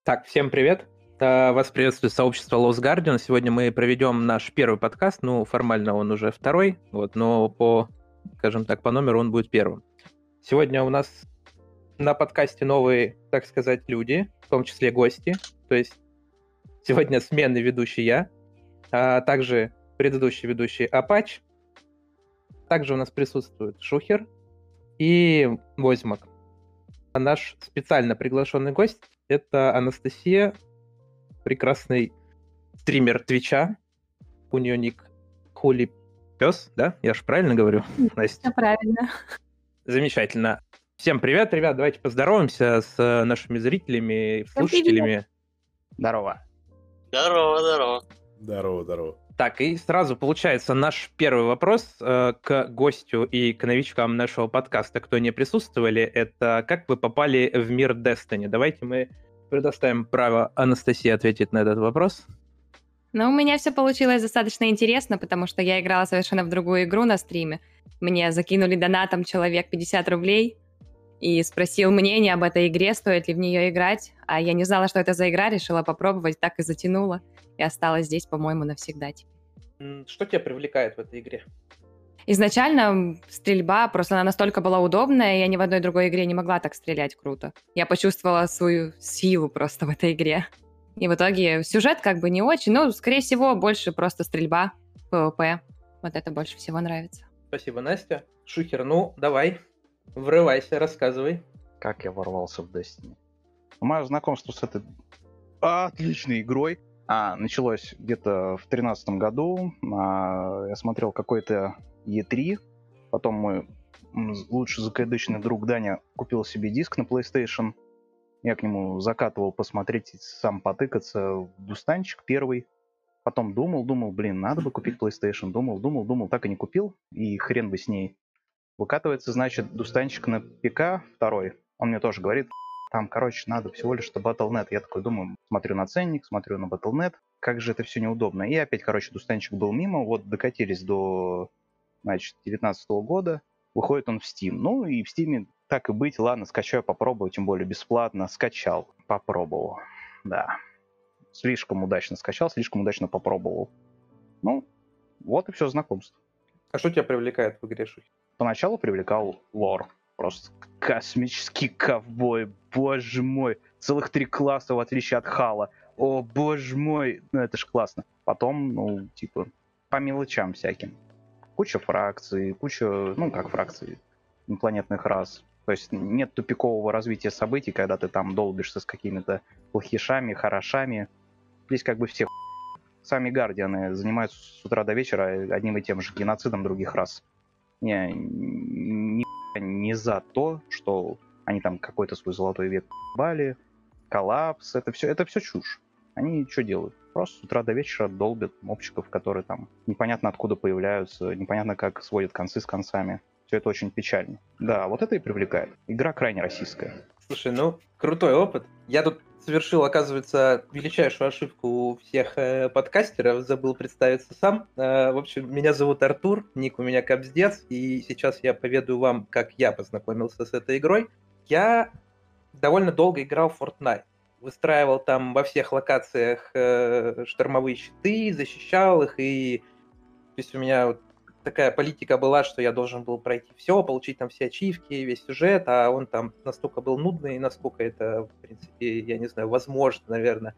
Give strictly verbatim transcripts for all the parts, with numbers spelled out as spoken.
Так, всем привет. Э, Вас приветствует сообщество Lost Guardian. Сегодня мы проведем наш первый подкаст. Ну, формально он уже второй, вот, но по, скажем так, по номеру он будет первым. Сегодня у нас на подкасте новые, так сказать, люди, в том числе гости. То есть сегодня сменный ведущий я, а также предыдущий ведущий Апач. Также у нас присутствует Шухер и Возьмак. А наш специально приглашенный гость — это Анастасия, прекрасный стример Твича. У нее ник Хули Пес, да? Я же правильно говорю, Настя? Все правильно. Замечательно. Всем привет, ребят. Давайте поздороваемся с нашими зрителями и слушателями. Здорово. Здорово, здорово. Здорово, здорово. Так, и сразу получается наш первый вопрос э, к гостю и к новичкам нашего подкаста, кто не присутствовали, это как вы попали в мир Destiny? Давайте мы предоставим право Анастасии ответить на этот вопрос. Ну, у меня все получилось достаточно интересно, потому что я играла совершенно в другую игру на стриме. Мне закинули донатом человек пятьдесят рублей и спросил мнение об этой игре, стоит ли в нее играть. А я не знала, что это за игра, решила попробовать, так и затянула. И осталась здесь, по-моему, навсегда. Что тебя привлекает в этой игре? Изначально стрельба, просто она настолько была удобная, и я ни в одной другой игре не могла так стрелять круто. Я почувствовала свою силу просто в этой игре. И в итоге сюжет как бы не очень, но, скорее всего, больше просто стрельба, пэ вэ пэ. Вот это больше всего нравится. Спасибо, Настя. Шухер, ну, давай, врывайся, рассказывай. Как я ворвался в Destiny? Мое знакомство с этой отличной игрой а, началось где-то в тринадцатом году. А, я смотрел какой-то и три. Потом мой лучший закадычный друг Даня купил себе диск на PlayStation. Я к нему закатывал посмотреть, сам потыкаться в Дустанчик первый. Потом думал, думал, блин, надо бы купить PlayStation. Думал, думал, думал, так и не купил. И хрен бы с ней. Выкатывается, значит, Дустанчик на ПК второй. Он мне тоже говорит, там, короче, надо всего лишь что батл точка нет. Я такой думаю, смотрю на ценник, смотрю на батл точка нет. Как же это все неудобно. И опять, короче, Дустанчик был мимо. Вот докатились до, значит, девятнадцатого года. Выходит он в Steam. Ну и в Steam, так и быть, ладно, скачаю, попробую, тем более бесплатно. Скачал, попробовал. Да. Слишком удачно скачал, слишком удачно попробовал. Ну, вот и все знакомство. А что тебя привлекает в игре, Шухер? Поначалу привлекал лор. Просто космический ковбой, боже мой. Целых три класса, в отличие от Хала. О, боже мой, ну это ж классно. Потом, ну, типа, по мелочам всяким. Куча фракций, куча, ну, как фракций, инопланетных рас. То есть нет тупикового развития событий, когда ты там долбишься с какими-то плохишами, хорошами. Здесь как бы все сами гардианы занимаются с утра до вечера одним и тем же геноцидом других рас. Не, не, не за то, что они там какой-то свой золотой век бали, коллапс, это все, это все чушь. Они что делают? Просто с утра до вечера долбят мобчиков, которые там непонятно откуда появляются, непонятно как сводят концы с концами. Все это очень печально. Да, вот это и привлекает. Игра крайне российская. Слушай, ну, крутой опыт. Я тут совершил, оказывается, величайшую ошибку у всех э, подкастеров, забыл представиться сам. Э, в общем, меня зовут Артур, ник у меня Капздец, и сейчас я поведаю вам, как я познакомился с этой игрой. Я довольно долго играл в Fortnite. Выстраивал там во всех локациях э, штормовые щиты, защищал их, и то есть у меня вот такая политика была, что я должен был пройти все, получить там все ачивки, весь сюжет, а он там настолько был нудный, насколько это, в принципе, я не знаю, возможно, наверное.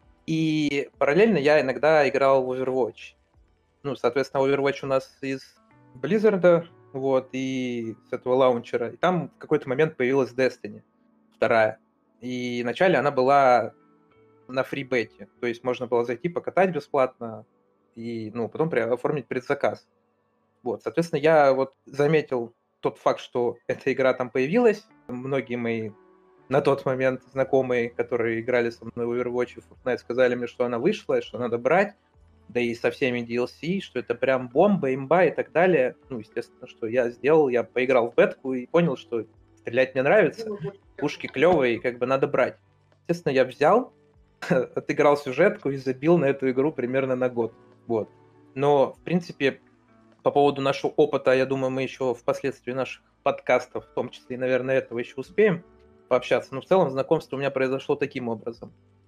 И параллельно я иногда играл в Overwatch. Ну, соответственно, Overwatch у нас из Blizzard, вот, и с этого лаунчера. И там в какой-то момент появилась Destiny, вторая. И вначале она была на фрибете, то есть можно было зайти покатать бесплатно и, ну, потом оформить предзаказ. Вот, соответственно, я вот заметил тот факт, что эта игра там появилась. Многие мои на тот момент знакомые, которые играли со мной в Overwatch и Fortnite, сказали мне, что она вышла, что надо брать, да и со всеми ди эл си, что это прям бомба, имба и так далее. Ну, естественно, что я сделал, я поиграл в бетку и понял, что стрелять мне нравится, пушки клевые, и как бы надо брать. Естественно, я взял, отыграл сюжетку и забил на эту игру примерно на год. Вот. Но, в принципе, по поводу нашего опыта, я думаю, мы еще впоследствии наших подкастов, в том числе и, наверное, этого еще успеем пообщаться. Но в целом знакомство у меня произошло таким образом.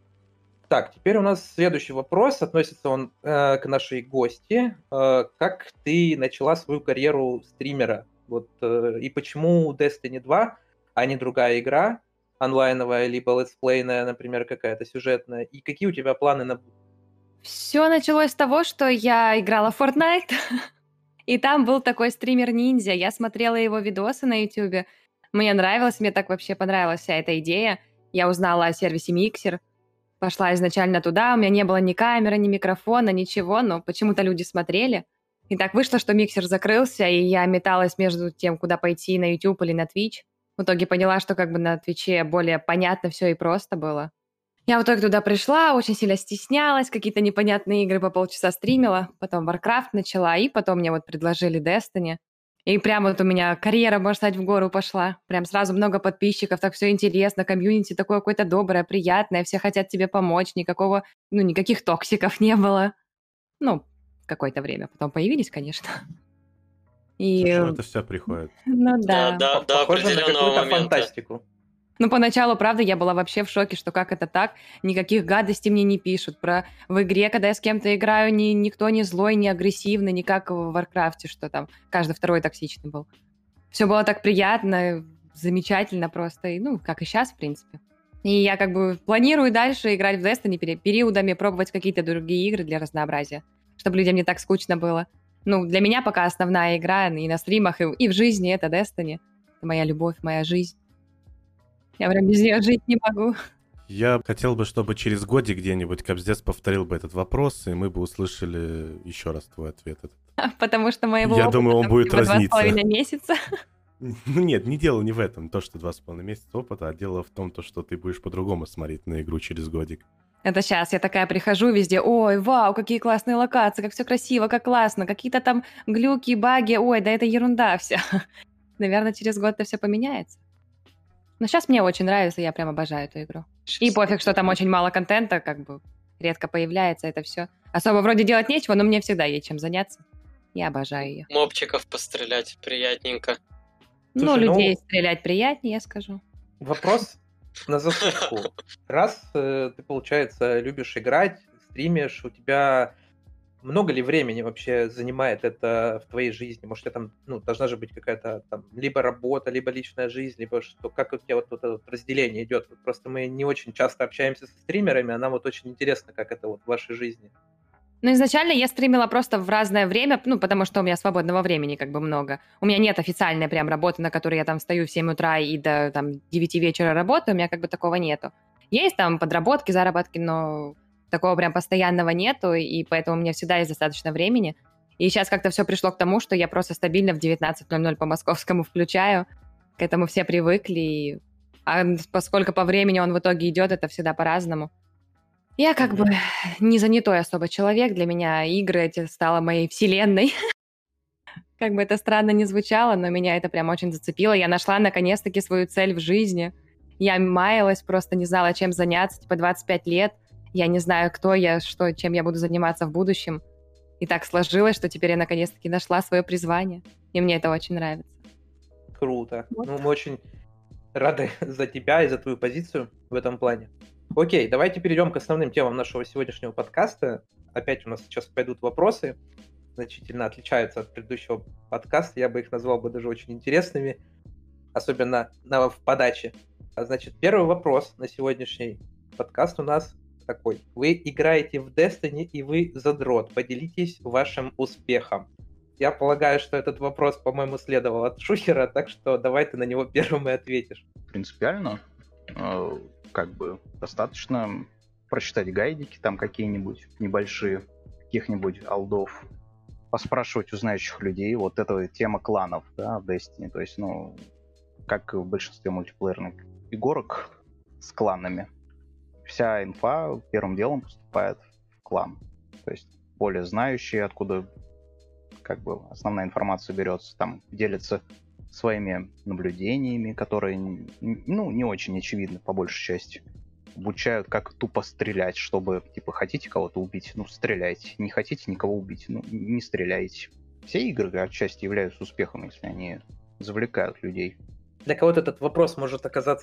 Так, теперь у нас следующий вопрос. Относится он э, к нашей гости. Э, как ты начала свою карьеру стримера? Вот, э, и почему Destiny два, а не другая игра, онлайновая, либо летсплейная, например, какая-то сюжетная? И какие у тебя планы на будущее? Все началось с того, что я играла в Fortnite, и там был такой стример-ниндзя. Я смотрела его видосы на Ютубе. Мне нравилось, мне так вообще понравилась вся эта идея. Я узнала о сервисе Mixer, пошла изначально туда, у меня не было ни камеры, ни микрофона, ничего, но почему-то люди смотрели. И так вышло, что Mixer закрылся, и я металась между тем, куда пойти, на YouTube или на Twitch. В итоге поняла, что как бы на Твиче более понятно все и просто было. Я в итоге туда пришла, очень сильно стеснялась, какие-то непонятные игры по полчаса стримила, потом Warcraft начала, и потом мне вот предложили Destiny. И прям вот у меня карьера, можно сказать, в гору пошла. Прям сразу много подписчиков, так все интересно, комьюнити такое какое-то доброе, приятное, все хотят тебе помочь, никакого, ну, никаких токсиков не было. Ну, какое-то время. Потом появились, конечно. И, Ну, это все приходит. ну Да, да. да, П- до Похоже на определенного какую-то момента. фантастику. Ну, поначалу, правда, я была вообще в шоке, что как это так, никаких гадостей мне не пишут. Про в игре, когда я с кем-то играю, ни, никто не злой, не агрессивный, не как в Варкрафте, что там каждый второй токсичный был. Все было так приятно, замечательно просто, и, ну, как и сейчас, в принципе. И я как бы планирую дальше играть в Destiny пери- периодами, пробовать какие-то другие игры для разнообразия, чтобы людям не так скучно было. Ну, для меня пока основная игра и на стримах, и, и в жизни — это Destiny. Это моя любовь, моя жизнь. Я прям без нее жить не могу. Я хотел бы, чтобы через годик где-нибудь Кобздец повторил бы этот вопрос, и мы бы услышали еще раз твой ответ. Потому что моего Я опыта думаю, он там будет всего два с разниться. половиной месяца. Ну нет, не дело не в этом, то, что два с половиной месяца опыта, а дело в том, то, что ты будешь по-другому смотреть на игру через годик. Это сейчас я такая прихожу везде, ой, вау, какие классные локации, как все красиво, как классно, какие-то там глюки, баги, ой, да это ерунда вся. Наверное, через год это все поменяется. Но сейчас мне очень нравится, я прям обожаю эту игру. И пофиг, что там очень мало контента, как бы редко появляется это все. Особо вроде делать нечего, но мне всегда есть чем заняться. Я обожаю ее. Мобчиков пострелять приятненько. Ну, Слушай, ну- людей стрелять приятнее, я скажу. Вопрос на засыпку. Раз э, ты, получается, любишь играть, стримишь, у тебя много ли времени вообще занимает это в твоей жизни? Может, у тебя там, ну, должна же быть какая-то там либо работа, либо личная жизнь, либо что, как у тебя вот, вот это вот разделение идет? Вот просто мы не очень часто общаемся со стримерами, а нам вот очень интересно, как это вот в вашей жизни. Ну, изначально я стримила просто в разное время, ну, потому что у меня свободного времени как бы много. У меня нет официальной прям работы, на которой я там встаю в семь утра и до там девяти вечера работаю, у меня как бы такого нету. Есть там подработки, заработки, но такого прям постоянного нету, и поэтому у меня всегда есть достаточно времени. И сейчас как-то все пришло к тому, что я просто стабильно в девятнадцать ноль ноль по московскому включаю, к этому все привыкли, и... а поскольку по времени он в итоге идет, это всегда по-разному. Я как бы не занятой особо человек, для меня игры эти стало моей вселенной. Как бы это странно ни звучало, но меня это прям очень зацепило. Я нашла наконец-таки свою цель в жизни. Я маялась, просто не знала, чем заняться. Типа двадцать пять лет, я не знаю, кто я, что, чем я буду заниматься в будущем. И так сложилось, что теперь я наконец-таки нашла свое призвание. И мне это очень нравится. Круто. Вот. Ну, мы очень рады за тебя и за твою позицию в этом плане. Окей, давайте перейдем к основным темам нашего сегодняшнего подкаста. Опять у нас сейчас пойдут вопросы, значительно отличаются от предыдущего подкаста. Я бы их назвал бы даже очень интересными, особенно на, в подаче. А, Значит, первый вопрос на сегодняшний подкаст у нас такой. Вы играете в Destiny, и вы задрот. Поделитесь вашим успехом. Я полагаю, что этот вопрос, по-моему, следовал от Шухера, так что давай ты на него первым и ответишь. Принципиально, э, как бы достаточно прочитать гайдики там какие-нибудь небольшие, каких-нибудь алдов, поспрашивать у знающих людей. Вот эта тема кланов, да, в Destiny. То есть, ну, как и в большинстве мультиплеерных игрок с кланами, вся инфа первым делом поступает в клан. То есть более знающие, откуда как бы основная информация берется, там делятся своими наблюдениями, которые, ну, не очень очевидны по большей части. Обучают, как тупо стрелять, чтобы, типа, хотите кого-то убить, ну, стреляйте. Не хотите никого убить, ну, не стреляйте. Все игры отчасти являются успехом, если они завлекают людей. Для кого-то этот вопрос может оказаться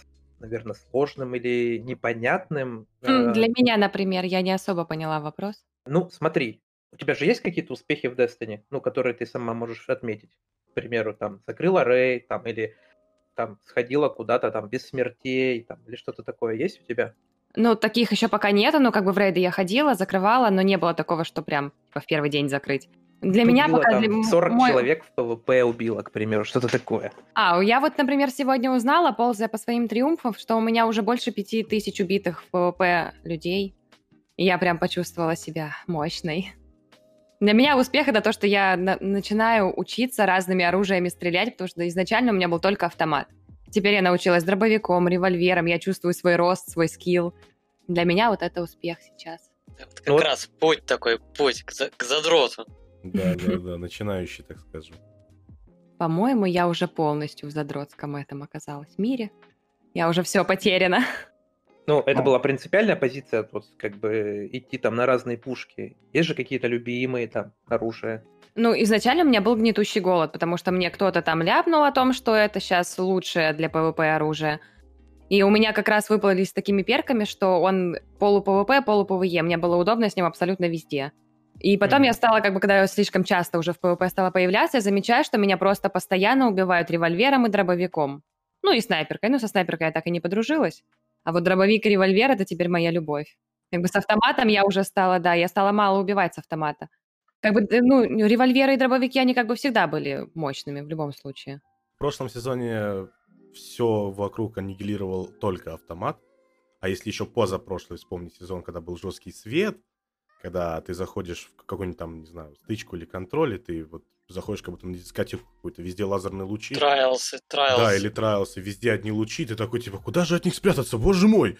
наверное, сложным или непонятным. М, Э, Для меня, например, я не особо поняла вопрос. Ну, смотри, у тебя же есть какие-то успехи в Destiny, ну, которые ты сама можешь отметить? К примеру, там, закрыла рейд, там, или там сходила куда-то там без смертей, там, или что-то такое есть у тебя? Ну, таких еще пока нету, но как бы в рейды я ходила, закрывала, но не было такого, что прям типа, в первый день закрыть. Для меня Убила пока... для там м- сорок мой... человек в ПВП убила, к примеру, что-то такое. А, я вот, например, сегодня узнала, ползая по своим триумфам, что у меня уже больше пяти тысяч убитых в ПВП людей. И я прям почувствовала себя мощной. Для меня успех — это то, что я на- начинаю учиться разными оружиями стрелять, потому что изначально у меня был только автомат. Теперь я научилась дробовиком, револьвером, я чувствую свой рост, свой скилл. Для меня вот это успех сейчас. Вот как Ну вот- раз путь такой, путь к, за- к задроту. Да, да, да, начинающий, так скажем. По-моему, я уже полностью в задротском этом оказалась мире. Я уже все потеряна. Ну, это Ну. была принципиальная позиция, вот, как бы, идти там на разные пушки. Есть же какие-то любимые там оружия? Ну, изначально у меня был гнетущий голод, потому что мне кто-то там ляпнул о том, что это сейчас лучшее для ПВП оружие. И у меня как раз выплыли с такими перками, что он полу-ПВП, полу-ПВЕ. Мне было удобно с ним абсолютно везде. И потом Мгм. я стала, как бы, когда я слишком часто уже в ПВП стала появляться, я замечаю, что меня просто постоянно убивают револьвером и дробовиком. Ну и снайперкой. Ну, со снайперкой я так и не подружилась. А вот дробовик и револьвер — это теперь моя любовь. Как бы с автоматом я уже стала, да, я стала мало убивать с автомата. Как бы, д- ну, револьверы и дробовики, они как бы всегда были мощными в любом случае. В прошлом сезоне все вокруг аннигилировал только автомат. А если еще позапрошлый вспомнить сезон, когда был жесткий свет, когда ты заходишь в какую-нибудь там, не знаю, стычку или контроль, и ты вот заходишь как будто на дискотеку какую-то, везде лазерные лучи. Трайлсы, трайлсы. Да, или трайлсы, везде одни лучи, ты такой, типа, куда же от них спрятаться, боже мой!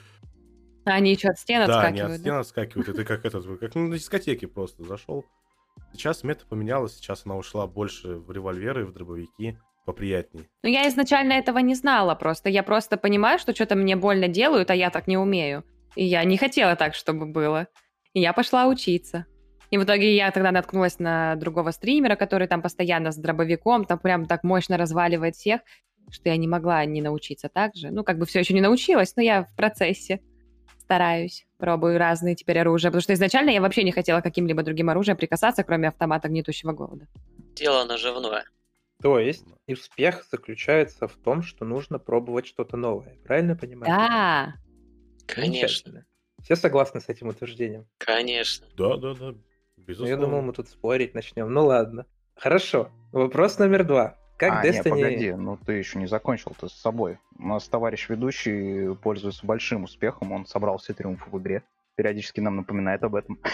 Они еще от стен Да, они отскакивают, от да? стен отскакивают, и ты как этот, как ну, на дискотеке просто зашел. Сейчас мета поменялась, сейчас она ушла больше в револьверы и в дробовики, поприятней. Ну, я изначально этого не знала просто. Я просто понимаю, что что-то мне больно делают, а я так не умею. И я не хотела так, чтобы было. И я пошла учиться. И в итоге я тогда наткнулась на другого стримера, который там постоянно с дробовиком, там прям так мощно разваливает всех, что я не могла не научиться так же. Ну, как бы все еще не научилась, но я в процессе стараюсь. Пробую разные теперь оружия. Потому что изначально я вообще не хотела к каким-либо другим оружием прикасаться, кроме автомата гнетущего голода. Дело наживное. То есть успех заключается в том, что нужно пробовать что-то новое. Правильно понимаю? Да. Конечно, Замечательно. Все согласны с этим утверждением? конечно. Да, да, да, Ну, безусловно. я думал, мы тут спорить начнем. Ну ладно. Хорошо. Вопрос номер два. Как а, не, Destiny... погоди, ну ты еще не закончил, ты с собой. У нас товарищ ведущий пользуется большим успехом, он собрал все триумфы в игре. Периодически нам напоминает об этом.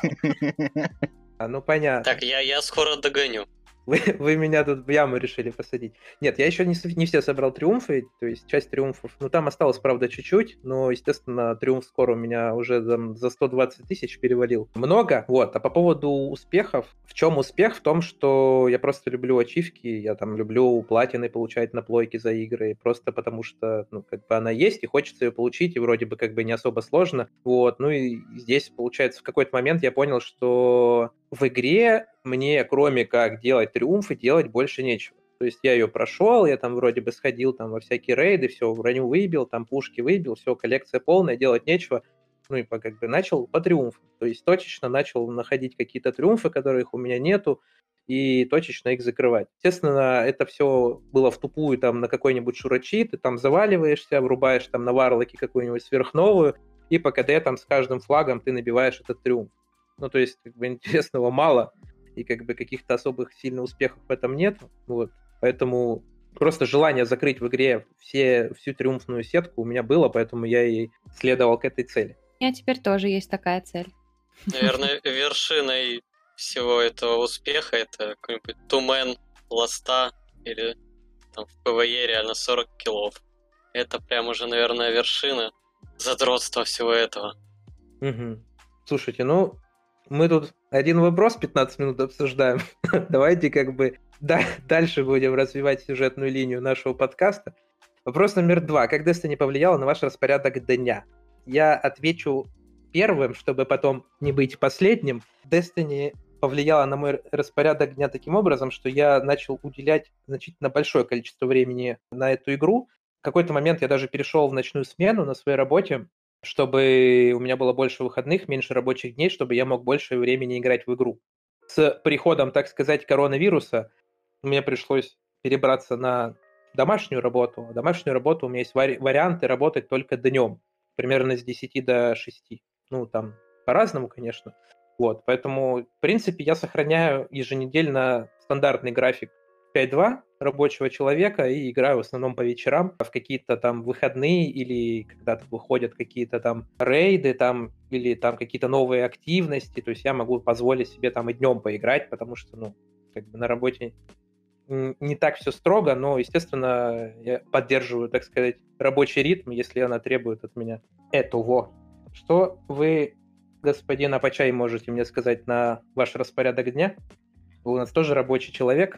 А, ну понятно. Так, я, я скоро догоню. Вы, вы меня тут в яму решили посадить. Нет, я еще не, с- не все собрал триумфы, то есть часть триумфов. Ну, там осталось, правда, чуть-чуть, но, естественно, триумф скоро у меня уже за, за сто двадцать тысяч перевалил. Много, вот. А по поводу успехов, в чем успех? В том, что я просто люблю ачивки, я там люблю платины получать на плойке за игры, просто потому что, ну, как бы она есть, и хочется ее получить, и вроде бы как бы не особо сложно. Вот, ну и здесь, получается, в какой-то момент я понял, что в игре мне, кроме как делать триумфы, делать больше нечего. То есть я ее прошел, я там вроде бы сходил там во всякие рейды, все, броню выбил, там пушки выбил, все, коллекция полная, делать нечего. Ну и по- как бы начал по триумфу. То есть точечно начал находить какие-то триумфы, которых у меня нету, и точечно их закрывать. Естественно, это все было в тупую там на какой-нибудь шурачи, ты там заваливаешься, врубаешь там на варлоке какую-нибудь сверхновую, и по КД там с каждым флагом ты набиваешь этот триумф. Ну, то есть, как бы, интересного мало, и как бы каких-то особых сильных успехов в этом нет. Вот. Поэтому просто желание закрыть в игре все, всю триумфную сетку у меня было, поэтому я и следовал к этой цели. У меня теперь тоже есть такая цель. Наверное, вершиной всего этого успеха это какой-нибудь тумен ласта или там в ПВЕ реально сорок киллов. Это прям уже, наверное, вершина задротства всего этого. Мгм. Слушайте, ну, мы тут один вопрос пятнадцать минут обсуждаем. Давайте как бы да- дальше будем развивать сюжетную линию нашего подкаста. Вопрос номер два. Как Destiny повлияла на ваш распорядок дня? Я отвечу первым, чтобы потом не быть последним. Destiny повлияла на мой распорядок дня таким образом, что я начал уделять значительно большое количество времени на эту игру. В какой-то момент я даже перешел в ночную смену на своей работе, чтобы у меня было больше выходных, меньше рабочих дней, чтобы я мог больше времени играть в игру. С приходом, так сказать, коронавируса мне пришлось перебраться на домашнюю работу. А домашнюю работу у меня есть вари- варианты работать только днем, примерно с десяти до шести. Ну, там по-разному, конечно. Вот, поэтому, в принципе, я сохраняю еженедельно стандартный график пять два рабочего человека и играю в основном по вечерам, в какие-то там выходные или когда-то выходят какие-то там рейды там или там какие-то новые активности, то есть я могу позволить себе там и днем поиграть, потому что, ну, как бы на работе м, не так все строго, но, естественно, я поддерживаю, так сказать, рабочий ритм, если она требует от меня этого. Что вы, господин Апачай, можете мне сказать на ваш распорядок дня? Вы у нас тоже рабочий человек.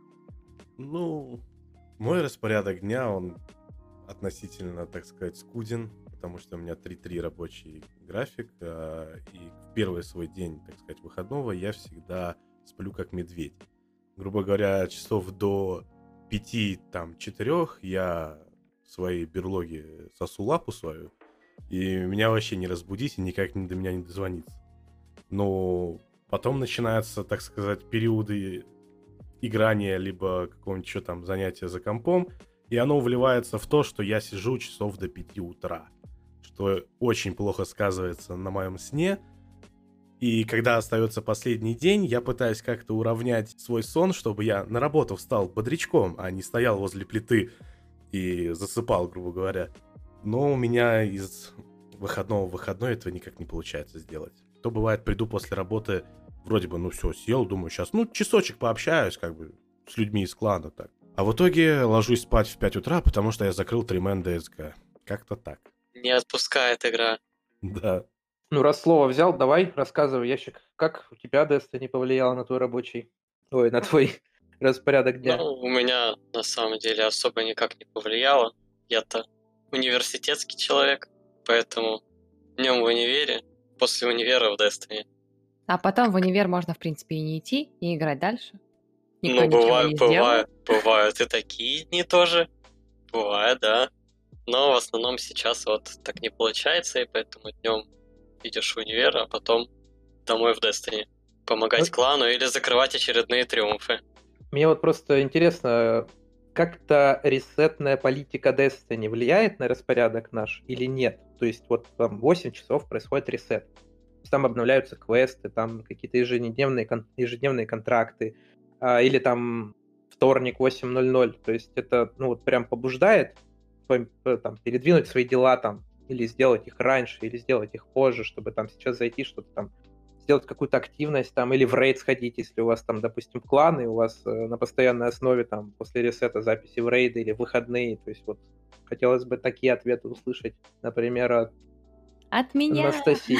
Ну, мой распорядок дня, он относительно, так сказать, скуден, потому что у меня три-три рабочий график, а, и в первый свой день, так сказать, выходного я всегда сплю как медведь. Грубо говоря, часов до пяти, там, четырех я в своей берлоге сосу лапу свою, и меня вообще не разбудить и никак до меня не дозвониться. Но потом начинаются, так сказать, периоды играния, либо какого-нибудь еще там занятия за компом, и оно вливается в то, что я сижу часов до пяти утра, что очень плохо сказывается на моем сне. И когда остается последний день, я пытаюсь как-то уравнять свой сон, чтобы я на работу встал бодрячком, а не стоял возле плиты и засыпал, грубо говоря. Но у меня из выходного в выходной этого никак не получается сделать. То бывает, приду после работы, вроде бы, ну все, сел, думаю, сейчас, ну, часочек пообщаюсь, как бы, с людьми из клана, так. А в итоге ложусь спать в пять утра, потому что я закрыл тримен ди эс джи. Как-то так. Не отпускает игра. Да. Ну, раз слово взял, давай, рассказывай, Ящик, как у тебя Destiny повлияло на твой рабочий, ой, на твой распорядок дня? Ну, у меня на самом деле особо никак не повлияло. Я-то университетский человек, поэтому днем в универе, после универа в Destiny. А потом в универ можно, в принципе, и не идти, и играть дальше. Никто Ну, ничего бывают, не сделал. бывают, бывают и такие дни тоже. Бывает, да. Но в основном сейчас вот так не получается, и поэтому днем идешь в универ, а потом домой в Destiny. Помогать Ну, клану или закрывать очередные триумфы. Мне вот просто интересно, как-то ресетная политика Destiny влияет на распорядок наш или нет? То есть вот там восемь часов происходит ресет. То есть там обновляются квесты, там какие-то ежедневные, кон- ежедневные контракты, а, или там вторник восемь ноль ноль. То есть это, ну вот прям побуждает пом- э, там, передвинуть свои дела там, или сделать их раньше, или сделать их позже, чтобы там сейчас зайти что-то там, сделать какую-то активность там, или в рейд сходить, если у вас там, допустим, кланы, у вас э, на постоянной основе там после ресета записи в рейды или в выходные. То есть вот хотелось бы такие ответы услышать, например, от От меня. Анастасии.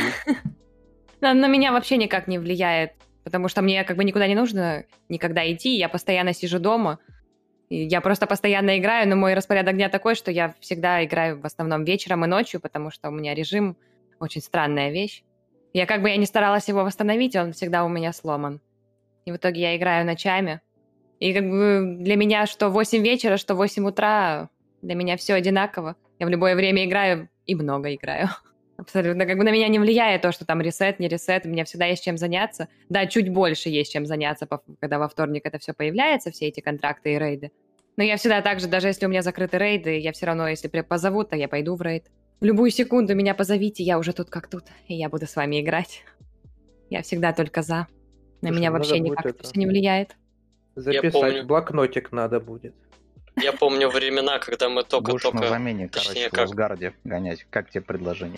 На, на меня вообще никак не влияет, потому что мне как бы никуда не нужно никогда идти, я постоянно сижу дома. И я просто постоянно играю, но мой распорядок дня такой, что я всегда играю в основном вечером и ночью, потому что у меня режим очень странная вещь. Я как бы я не старалась его восстановить, он всегда у меня сломан. И в итоге я играю ночами. И как бы для меня что восемь вечера, что восемь утра, для меня все одинаково. Я в любое время играю и много играю. Абсолютно. Как бы на меня не влияет то, что там ресет, не ресет. У меня всегда есть чем заняться. Да, чуть больше есть чем заняться, когда во вторник это все появляется, все эти контракты и рейды. Но я всегда так же, даже если у меня закрыты рейды, я все равно, если позовут, то я пойду в рейд. В любую секунду меня позовите, я уже тут как тут, и я буду с вами играть. Я всегда только за. На Слушай, меня надо вообще будет никак это это- все не влияет. Записать, помню. блокнотик надо будет. Я помню времена, когда мы Будешь на только-только... замене, точнее, короче, в как? Асгарде гонять. Как тебе предложение?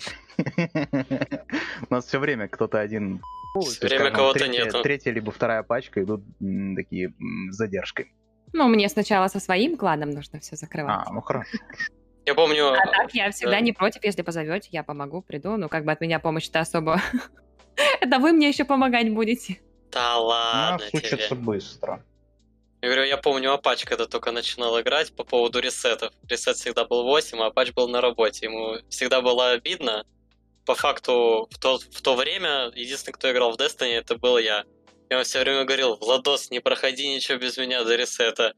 У нас все время кто-то один... Все время кого-то нету. Третья либо вторая пачка идут м, такие м, с задержкой. Ну, мне сначала со своим кланом нужно все закрывать. А, ну хорошо. Я помню... А так я всегда да. не против, если позовете, я помогу, приду. Ну, как бы от меня помощь-то особо... Это вы мне еще помогать будете. Да Она ладно тебе. сучится быстро. Я говорю, я помню, Апач, когда только начинал играть по поводу ресетов. Ресет всегда был восемь, а Апач был на работе. Ему всегда было обидно. По факту, в то, в то время, единственный, кто играл в Destiny, это был я. И он все время говорил, Владос, не проходи ничего без меня до ресета.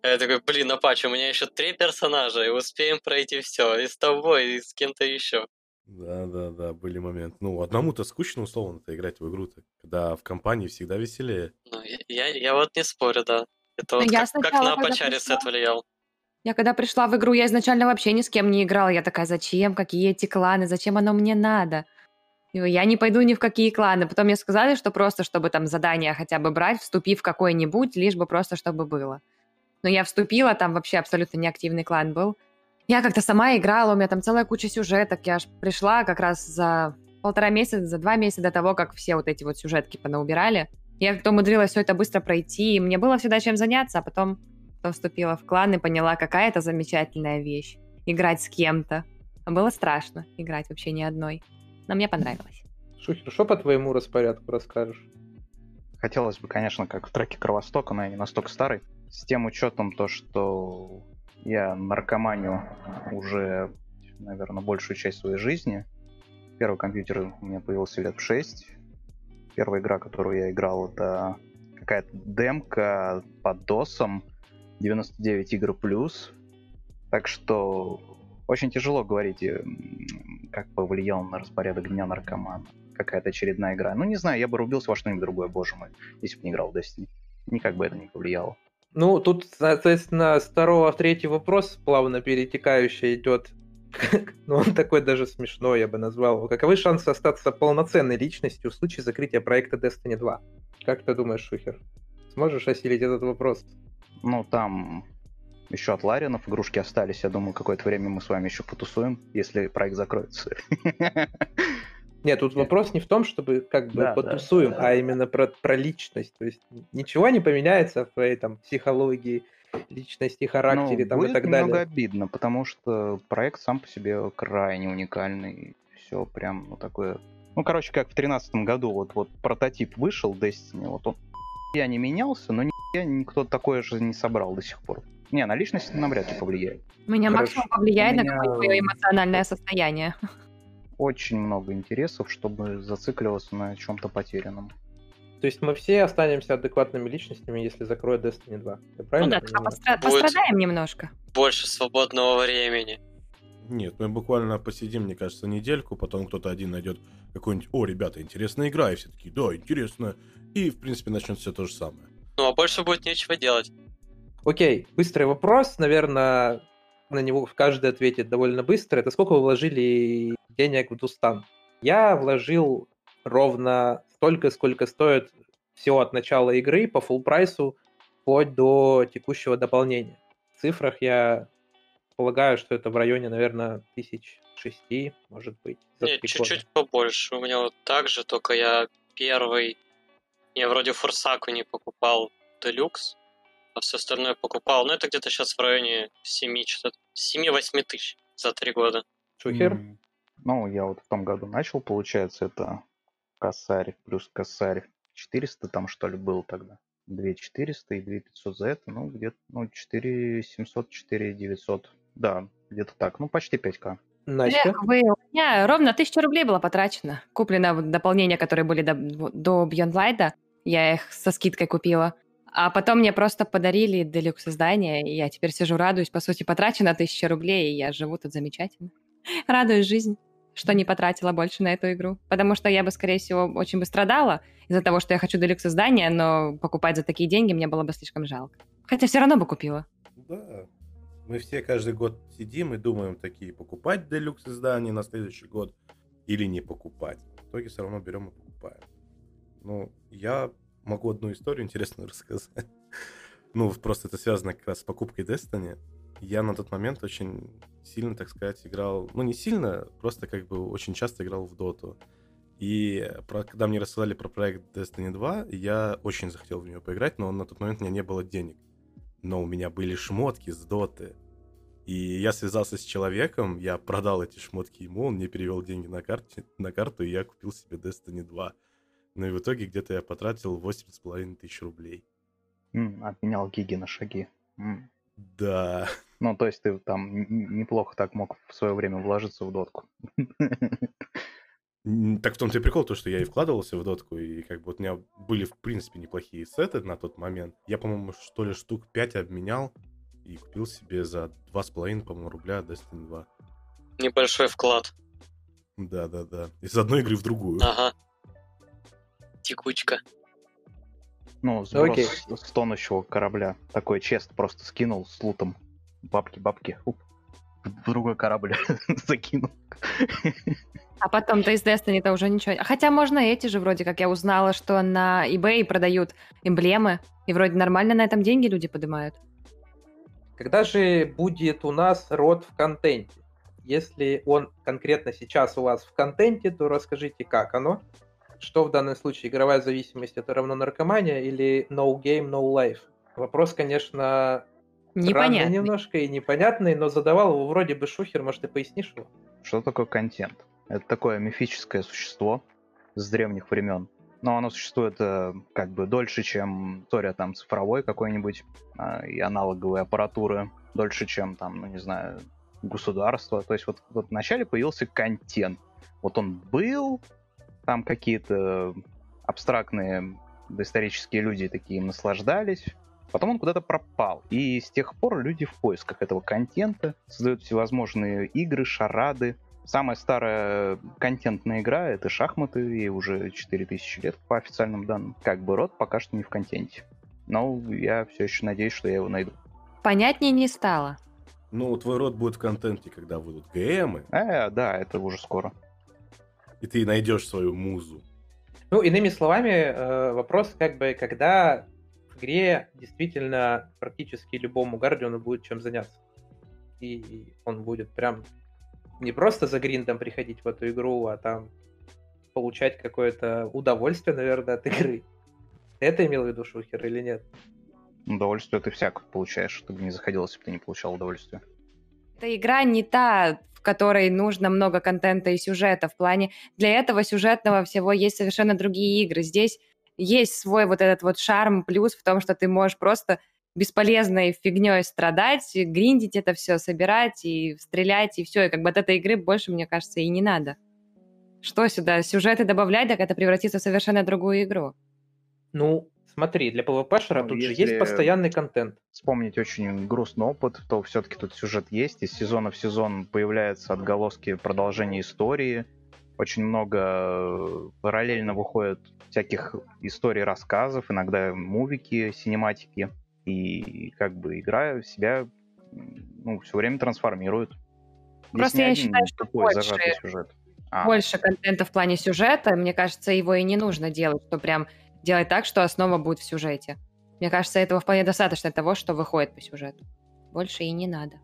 А я такой, блин, Апач, у меня еще три персонажа, и успеем пройти все. И с тобой, и с кем-то еще. Да-да-да, были моменты. Ну, одному-то скучно, условно-то, играть в игру-то, когда в компании всегда веселее. Ну, я, я, я вот не спорю, да. Это вот Я как, как сначала, на когда Апача пришла, ресет влиял. я когда пришла в игру, я изначально вообще ни с кем не играла. Я такая, зачем, какие эти кланы, зачем оно мне надо? И Я не пойду ни в какие кланы. Потом мне сказали, что просто, чтобы там задания хотя бы брать, вступи в какой-нибудь, лишь бы просто, чтобы было. Но я вступила, там вообще абсолютно неактивный клан был. Я как-то сама играла, у меня там целая куча сюжеток. Я аж пришла как раз за полтора месяца, за два месяца до того, как все вот эти вот сюжетки понаубирали. Я как-то умудрилась все это быстро пройти, и мне было всегда чем заняться, а потом, потом вступила в клан и поняла, какая это замечательная вещь. Играть с кем-то. А было страшно играть вообще ни одной. Но мне понравилось. Шухер, что по твоему распорядку расскажешь? Хотелось бы, конечно, как в треке Кровостока, но я не настолько старый. С тем учетом то, что я наркоманю уже, наверное, большую часть своей жизни. Первый компьютер у меня появился лет в шесть. Первая игра, которую я играл, это какая-то демка под досом, девяносто девять игр плюс. Так что очень тяжело говорить, как повлиял на распорядок дня наркомана. Какая-то очередная игра. Ну, не знаю, я бы рубился во что-нибудь другое, боже мой, если бы не играл в Destiny. Никак бы это не повлияло. Ну, тут, соответственно, с второго в третий вопрос плавно перетекающий идет. Ну, он такой даже смешной, я бы назвал. Каковы шансы остаться полноценной личностью в случае закрытия проекта Destiny два? Как ты думаешь, Шухер? Сможешь осилить этот вопрос? Ну, там еще от Ларинов игрушки остались. Я думаю, какое-то время мы с вами еще потусуем, если проект закроется. Нет, тут вопрос не в том, чтобы как бы Да, потусуем, да, да. а именно про, про личность. То есть ничего не поменяется в твоей там психологии, личности, характере Ну, там, будет и так немного далее. обидно, потому что проект сам по себе крайне уникальный. Все прям, ну, такое... Ну, короче, как в тринадцатом году вот, вот прототип вышел Destiny, вот он я не менялся, но я никто такое же не собрал до сих пор. Не, на личность навряд ли повлияет. Меня Хорошо. максимум повлияет У на меня- какое-нибудь мое эмоциональное состояние. Очень много интересов, чтобы зацикливаться на чем-то потерянном. То есть мы все останемся адекватными личностями, если закроют Destiny два. Я Ну правильно да, только понимаю? постра- Будет. пострадаем немножко. Больше свободного времени. Нет, мы буквально посидим, мне кажется, недельку, потом кто-то один найдет какой-нибудь, о, ребята, интересная игра, и все такие, да, интересно, и, в принципе, начнется все то же самое. Ну, а больше будет нечего делать. Окей, быстрый вопрос, наверное, на него каждый ответит довольно быстро. Это сколько вы вложили денег в Дустан? Я вложил ровно столько, сколько стоит все от начала игры по full прайсу вплоть до текущего дополнения. В цифрах я полагаю, что это в районе, наверное, тысяч шести, может быть. за Нет, три чуть-чуть года. побольше. У меня вот так же, только я первый... Я вроде Фурсаку не покупал Делюкс, а все остальное покупал. Ну, это где-то сейчас в районе семи-восьми тысяч за три года. Шухер? М, Ну, я вот в том году начал, получается, это косарь плюс косарь четыреста там, что ли, был тогда. две тысячи четыреста и две тысячи пятьсот за это, ну, где-то, ну, четыре тысячи семьсот, четыре тысячи девятьсот. Да, где-то так, ну, почти пять тысяч. Настя? Эх, вы, у меня ровно тысяча рублей было потрачено. Куплено вот дополнения, которые были до, до Beyond Light. Я их со скидкой купила. А потом мне просто подарили делюкс издание, и я теперь сижу, радуюсь. По сути, потрачено тысяча рублей, и я живу тут замечательно. Радуюсь жизни, что не потратила больше на эту игру. Потому что я бы, скорее всего, очень бы страдала из-за того, что я хочу делюкс издание, но покупать за такие деньги мне было бы слишком жалко. Хотя все равно бы купила. Да, мы все каждый год сидим и думаем такие, покупать делюкс издание на следующий год или не покупать. В итоге все равно берем и покупаем. Ну, я могу одну историю интересную рассказать. Ну, просто это связано как раз с покупкой Destiny. Я на тот момент очень сильно, так сказать, играл... Ну, не сильно, просто как бы очень часто играл в Доту. И про, когда мне рассказали про проект Destiny два, я очень захотел в него поиграть, но на тот момент у меня не было денег. Но у меня были шмотки с Доты. И я связался с человеком, я продал эти шмотки ему, он мне перевел деньги на, карте, на карту, и я купил себе Destiny два. Ну и в итоге где-то я потратил восемь с половиной тысяч рублей. М, Обменял гиги на шаги. М. Да. Ну, то есть ты там н- н- неплохо так мог в свое время вложиться в дотку. М, Так в том-то и прикол, то, что я и вкладывался в дотку, и как бы вот у меня были, в принципе, неплохие сеты на тот момент. Я, по-моему, что ли штук пять обменял, и купил себе за два с половиной, по-моему, рубля Destiny два. Небольшой вклад. Да-да-да. Из одной игры в другую. Ага. Текучка. Ну, сброс Окей. с с тонущего корабля. Такой чест просто скинул с лутом. Бабки, бабки. Уп. В другой корабль закинул. А потом-то из Destiny-то уже ничего. Хотя можно эти же, вроде как я узнала, что на eBay продают эмблемы, и вроде нормально на этом деньги люди поднимают. Когда же будет у нас род в контенте? Если он конкретно сейчас у вас в контенте, то расскажите, как оно. Что в данном случае, игровая зависимость это равно наркомания или no game, no life? Вопрос, конечно, странный Непонятно. немножко и непонятный, но задавал его вроде бы Шухер, может, ты пояснишь его? Что такое контент? Это такое мифическое существо с древних времен. Но оно существует э, как бы дольше, чем история там цифровой какой-нибудь э, и аналоговой аппаратуры. Дольше, чем там, ну не знаю, государство. То есть вот, вот вначале появился контент. Вот он был, там какие-то абстрактные доисторические люди такие им наслаждались. Потом он куда-то пропал. И с тех пор люди в поисках этого контента создают всевозможные игры, шарады. Самая старая контентная игра — это шахматы, ей уже четыре тысячи лет по официальным данным. Как бы род пока что не в контенте. Но я все еще надеюсь, что я его найду. Понятнее не стало. Ну, твой род будет в контенте, когда выйдут ГМы, Э, да, это уже скоро. и ты найдешь свою музу. Ну, иными словами, э, вопрос как бы, когда в игре действительно практически любому гардиану будет чем заняться. И он будет прям не просто за гриндом приходить в эту игру, а там получать какое-то удовольствие, наверное, от игры. Ты это имел в виду, Шухер, или нет? Удовольствие ты всяко получаешь. Ты бы не заходил, если бы ты не получал удовольствие. Эта игра не та, в которой нужно много контента и сюжета. В плане для этого сюжетного всего есть совершенно другие игры. Здесь есть свой вот этот вот шарм, плюс в том, что ты можешь просто бесполезной фигней страдать, гриндить это все, собирать и стрелять, и все. И как бы от этой игры больше, мне кажется, и не надо. Что сюда? Сюжеты добавлять, так это превратится в совершенно другую игру. Ну, смотри, для PvP-шера Ну, тут же если- есть постоянный контент. Вспомнить очень грустный опыт, то все-таки тут сюжет есть. Из сезона в сезон появляются отголоски продолжения истории. Очень много э, параллельно выходит всяких историй, рассказов, иногда мувики, синематики. И как бы игра себя м, ну, все время трансформирует. Здесь Просто не я один считаю, что тупой больше- зажатый сюжет. А, Больше контента в плане сюжета, мне кажется, его и не нужно делать, что прям делать так, что основа будет в сюжете. Мне кажется, этого вполне достаточно того, что выходит по сюжету. Больше и не надо.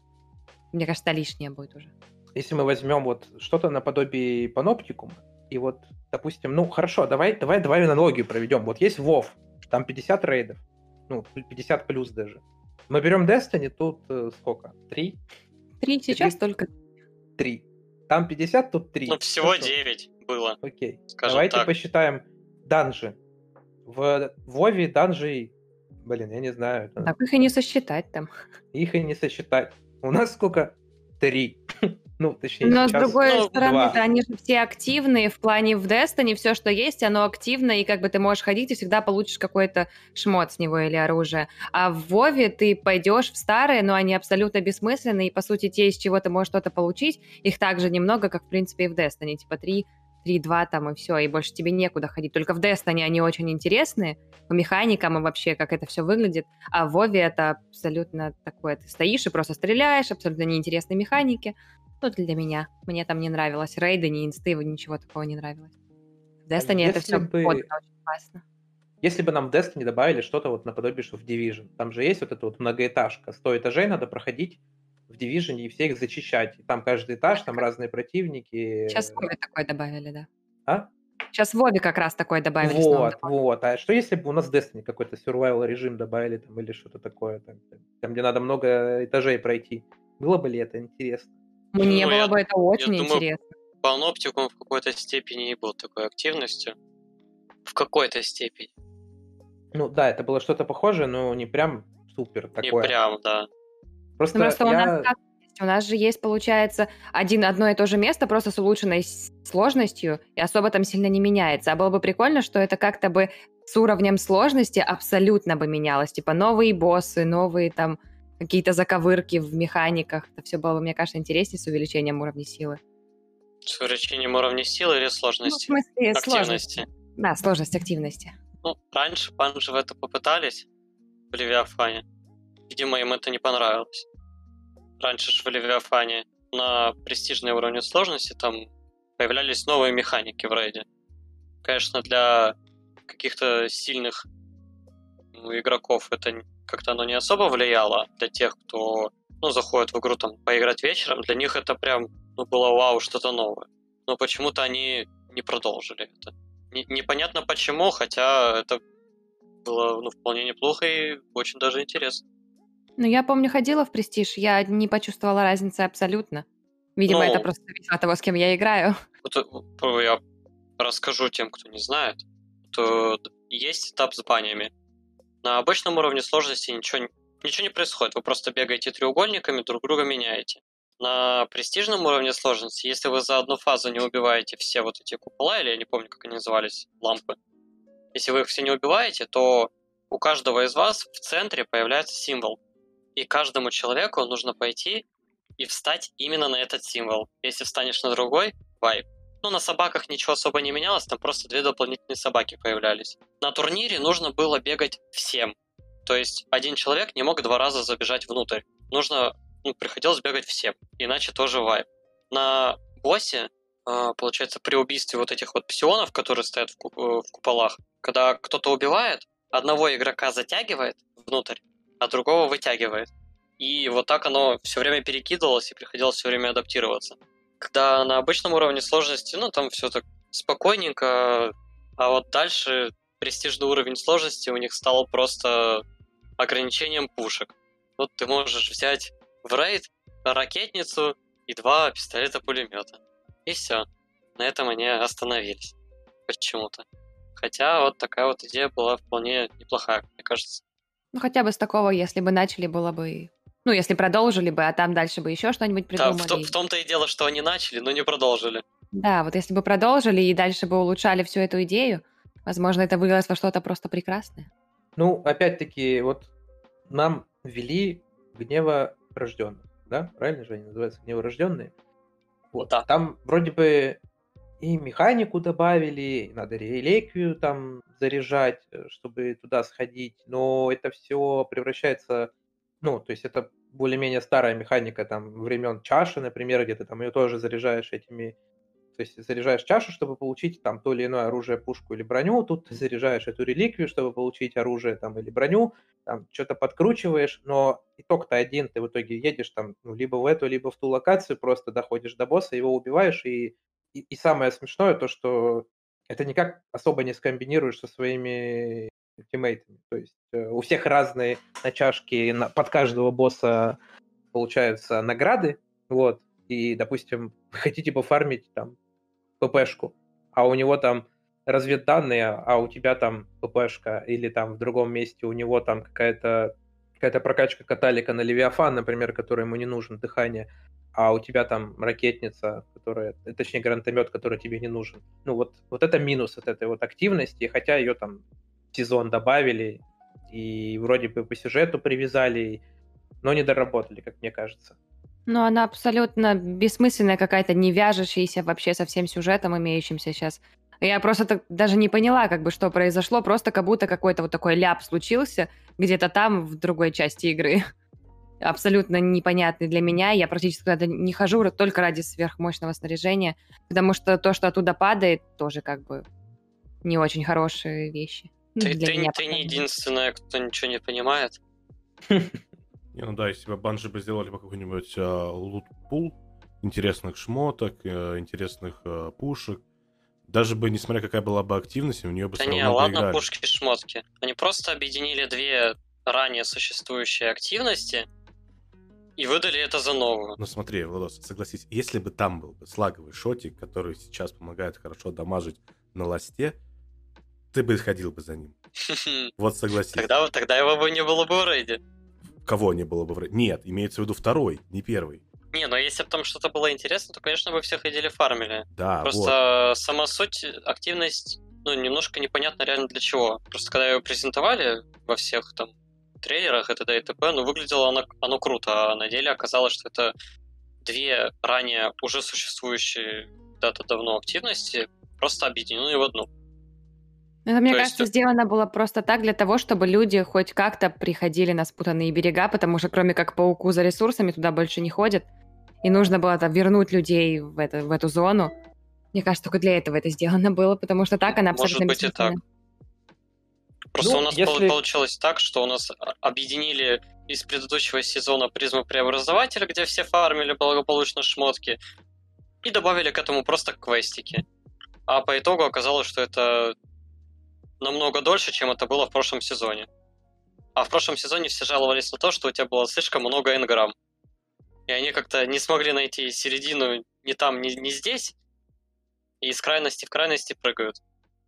Мне кажется, лишнее будет уже. Если мы возьмем вот что-то наподобие паноптикума, и вот, допустим, ну хорошо, давай, давай, давай аналогию проведем. Вот есть WoW, там пятьдесят рейдов, ну, пятьдесят плюс даже. Мы берем Destiny, тут э, сколько? Три? Три сейчас Три. только. Три. Там пятьдесят, тут три. Ну, всего Хорошо. девять было. Окей. Скажем Давайте так. посчитаем данжи. В Вове данжи, блин, я не знаю, это- Так их и не сосчитать там. их и не сосчитать. У нас сколько? Три. Ну, точнее, Но с сейчас другой ну, стороны, два. они же все активные в плане в Destiny, все, что есть, оно активно, и как бы ты можешь ходить и всегда получишь какой-то шмот с него или оружие. А в Вове ты пойдешь в старые, но они абсолютно бессмысленные, и по сути те, из чего ты можешь что-то получить, их также немного, как в принципе и в Destiny, типа три, три, два там и все, и больше тебе некуда ходить. Только в Destiny они очень интересные, по механикам и вообще, как это все выглядит, а в Вове это абсолютно такое, ты стоишь и просто стреляешь, абсолютно неинтересные механики. Ну, для меня. Мне там не нравилось. Рейды, ни инсты, ничего такого не нравилось. В Destiny это если все бы- подано очень классно. Если бы нам в Destiny добавили что-то вот наподобие, что в Division. Там же есть вот эта вот многоэтажка. сто этажей надо проходить в Division и все их зачищать. И там каждый этаж, там разные противники. Сейчас в Вове такое добавили, да. А? Сейчас в Вове как раз такое добавили. снова Вот, добавили. вот. А что если бы у нас в Destiny какой-то survival режим добавили там или что-то такое, там, там, где надо много этажей пройти? Было бы ли это интересно? Мне Ну, было я- бы это очень думаю, интересно. Паноптикум в какой-то степени и был такой активностью. В какой-то степени. Ну да, это было что-то похожее, но не прям супер Не такое. прям, да. Просто, Ну, просто у я... нас как есть? У нас же есть, получается, один, одно и то же место, просто с улучшенной с- сложностью, и особо там сильно не меняется. А было бы прикольно, что это как-то бы с уровнем сложности абсолютно бы менялось. Типа новые боссы, новые там какие-то заковырки в механиках. Это все было бы, мне кажется, интереснее с увеличением уровня силы. С увеличением уровня силы или Ну, в сложности? смысле, Активности. сложности. Да, сложность активности. Ну, раньше Bungie в это попытались, в Левиафане. Видимо, им это не понравилось. Раньше же в Левиафане на престижные уровни сложности там появлялись новые механики в рейде. Конечно, для каких-то сильных ну, игроков это как-то оно не особо влияло. Для тех, кто ну, заходит в игру там поиграть вечером, для них это прям ну, было вау, что-то новое. Но почему-то они не продолжили это. Не- непонятно почему, хотя это было ну, вполне неплохо и очень даже интересно. Ну, я помню, ходила в Престиж, я не почувствовала разницы абсолютно. Видимо, Ну, это просто зависит от того, с кем я играю. Вот, э, я расскажу тем, кто не знает, то есть этап с банями. На обычном уровне сложности ничего, не- ничего не происходит. Вы просто бегаете треугольниками, друг друга меняете. На престижном уровне сложности, если вы за одну фазу не убиваете все вот эти купола, или я не помню, как они назывались, лампы, если вы их все не убиваете, то у каждого из вас в центре появляется символ. И каждому человеку нужно пойти и встать именно на этот символ. Если встанешь на другой, вайп. Ну, на собаках ничего особо не менялось, там просто две дополнительные собаки появлялись. На турнире нужно было бегать всем. То есть один человек не мог два раза забежать внутрь. Нужно, ну, приходилось бегать всем, иначе тоже вайп. На боссе, э, получается, при убийстве вот этих вот псионов, которые стоят в, ку- э, в куполах, когда кто-то убивает, одного игрока затягивает внутрь, а другого вытягивает. И вот так оно все время перекидывалось и приходилось все время адаптироваться. Когда на обычном уровне сложности, ну, там все так спокойненько, а вот дальше престижный уровень сложности у них стал просто ограничением пушек. Вот ты можешь взять в рейд ракетницу и два пистолета-пулемета. И все. На этом они остановились. Почему-то. Хотя вот такая вот идея была вполне неплохая, мне кажется. Ну, хотя бы с такого, если бы начали, было бы... Ну, если продолжили бы, а там дальше бы еще что-нибудь Да, в, придумали. то- в том-то и дело, что они начали, но не продолжили. Да, вот если бы продолжили и дальше бы улучшали всю эту идею, возможно, это вылилось во что-то просто прекрасное. Ну, опять-таки, вот нам ввели гневорожденных, да? Правильно же они называются? Гневорожденные? Вот. Да. Там вроде бы и механику добавили, и надо реликвию там заряжать, э, чтобы туда сходить, но это все превращается, ну, то есть это более-менее старая механика там времен чаши, например, где ты там ее тоже заряжаешь этими, то есть заряжаешь чашу, чтобы получить там то или иное оружие, пушку или броню, тут ты заряжаешь эту реликвию, чтобы получить оружие там или броню, там что-то подкручиваешь, но итог-то один, ты в итоге едешь там ну, либо в эту, либо в ту локацию, просто доходишь до босса, его убиваешь, и, и, и самое смешное то, что это никак особо не скомбинируешь со своими тиммейтами, то есть э, у всех разные начашки, на, под каждого босса получаются награды, вот, и, допустим, вы хотите пофармить там ППшку, а у него там разведданные, а у тебя там ППшка, или там в другом месте у него там какая-то какая-то прокачка каталика на Левиафан, например, который ему не нужен, дыхание, а у тебя там ракетница, которая, точнее, гранатомет, который тебе не нужен. Ну вот, вот это минус от этой вот активности, хотя ее там в сезон добавили, и вроде бы по сюжету привязали, но не доработали, как мне кажется. Ну, она абсолютно бессмысленная какая-то, не вяжущаяся вообще со всем сюжетом, имеющимся сейчас. Я просто так даже не поняла, как бы, что произошло, просто как будто какой-то вот такой ляп случился где-то там, в другой части игры. Абсолютно непонятный для меня. Я практически туда не хожу только ради сверхмощного снаряжения, потому что то, что оттуда падает, тоже как бы не очень хорошие вещи. Ну, Ты, для ты, меня, ты по не крайней мере. единственная, кто ничего не понимает. Не, ну да, если бы Банжи бы сделали бы какой-нибудь э, лут-пул интересных шмоток, э, интересных э, пушек, даже бы, несмотря какая была бы активность, у нее бы Да все не, равно бы ладно, играли. пушки-шмотки. Они просто объединили две ранее существующие активности и выдали это за новую. Ну смотри, Владос, согласись, если бы там был бы слаговый шотик, который сейчас помогает хорошо дамажить на ласте, ты бы ходил бы за ним. Вот согласись. Тогда, тогда его бы не было бы в рейде. Кого не было бы в рейде? Нет, имеется в виду второй, не первый. Не, но если бы там что-то было интересно, то, конечно, бы все ходили фармили. Да, Просто сама суть, активность, ну, немножко непонятно реально для чего. Просто когда ее презентовали во всех там трейлерах и т.д. и т.п., ну, выглядело оно, оно круто, а на деле оказалось, что это две ранее уже существующие когда-то давно активности просто объединены в одну. Это, мне То кажется, есть- сделано было просто так для того, чтобы люди хоть как-то приходили на спутанные берега, потому что кроме как пауку за ресурсами туда больше не ходят. И нужно было там вернуть людей в, это, в эту зону. Мне кажется, только для этого это сделано было, потому что так она Может абсолютно быть и так. бессмысленна. Просто Ну, у нас если- пол- получилось так, что у нас а- объединили из предыдущего сезона призму преобразователя, где все фармили благополучно шмотки, и добавили к этому просто квестики. А по итогу оказалось, что это намного дольше, чем это было в прошлом сезоне. А в прошлом сезоне все жаловались на то, что у тебя было слишком много энграмм. И они как-то не смогли найти середину ни там, ни, ни здесь, и из крайности в крайности прыгают.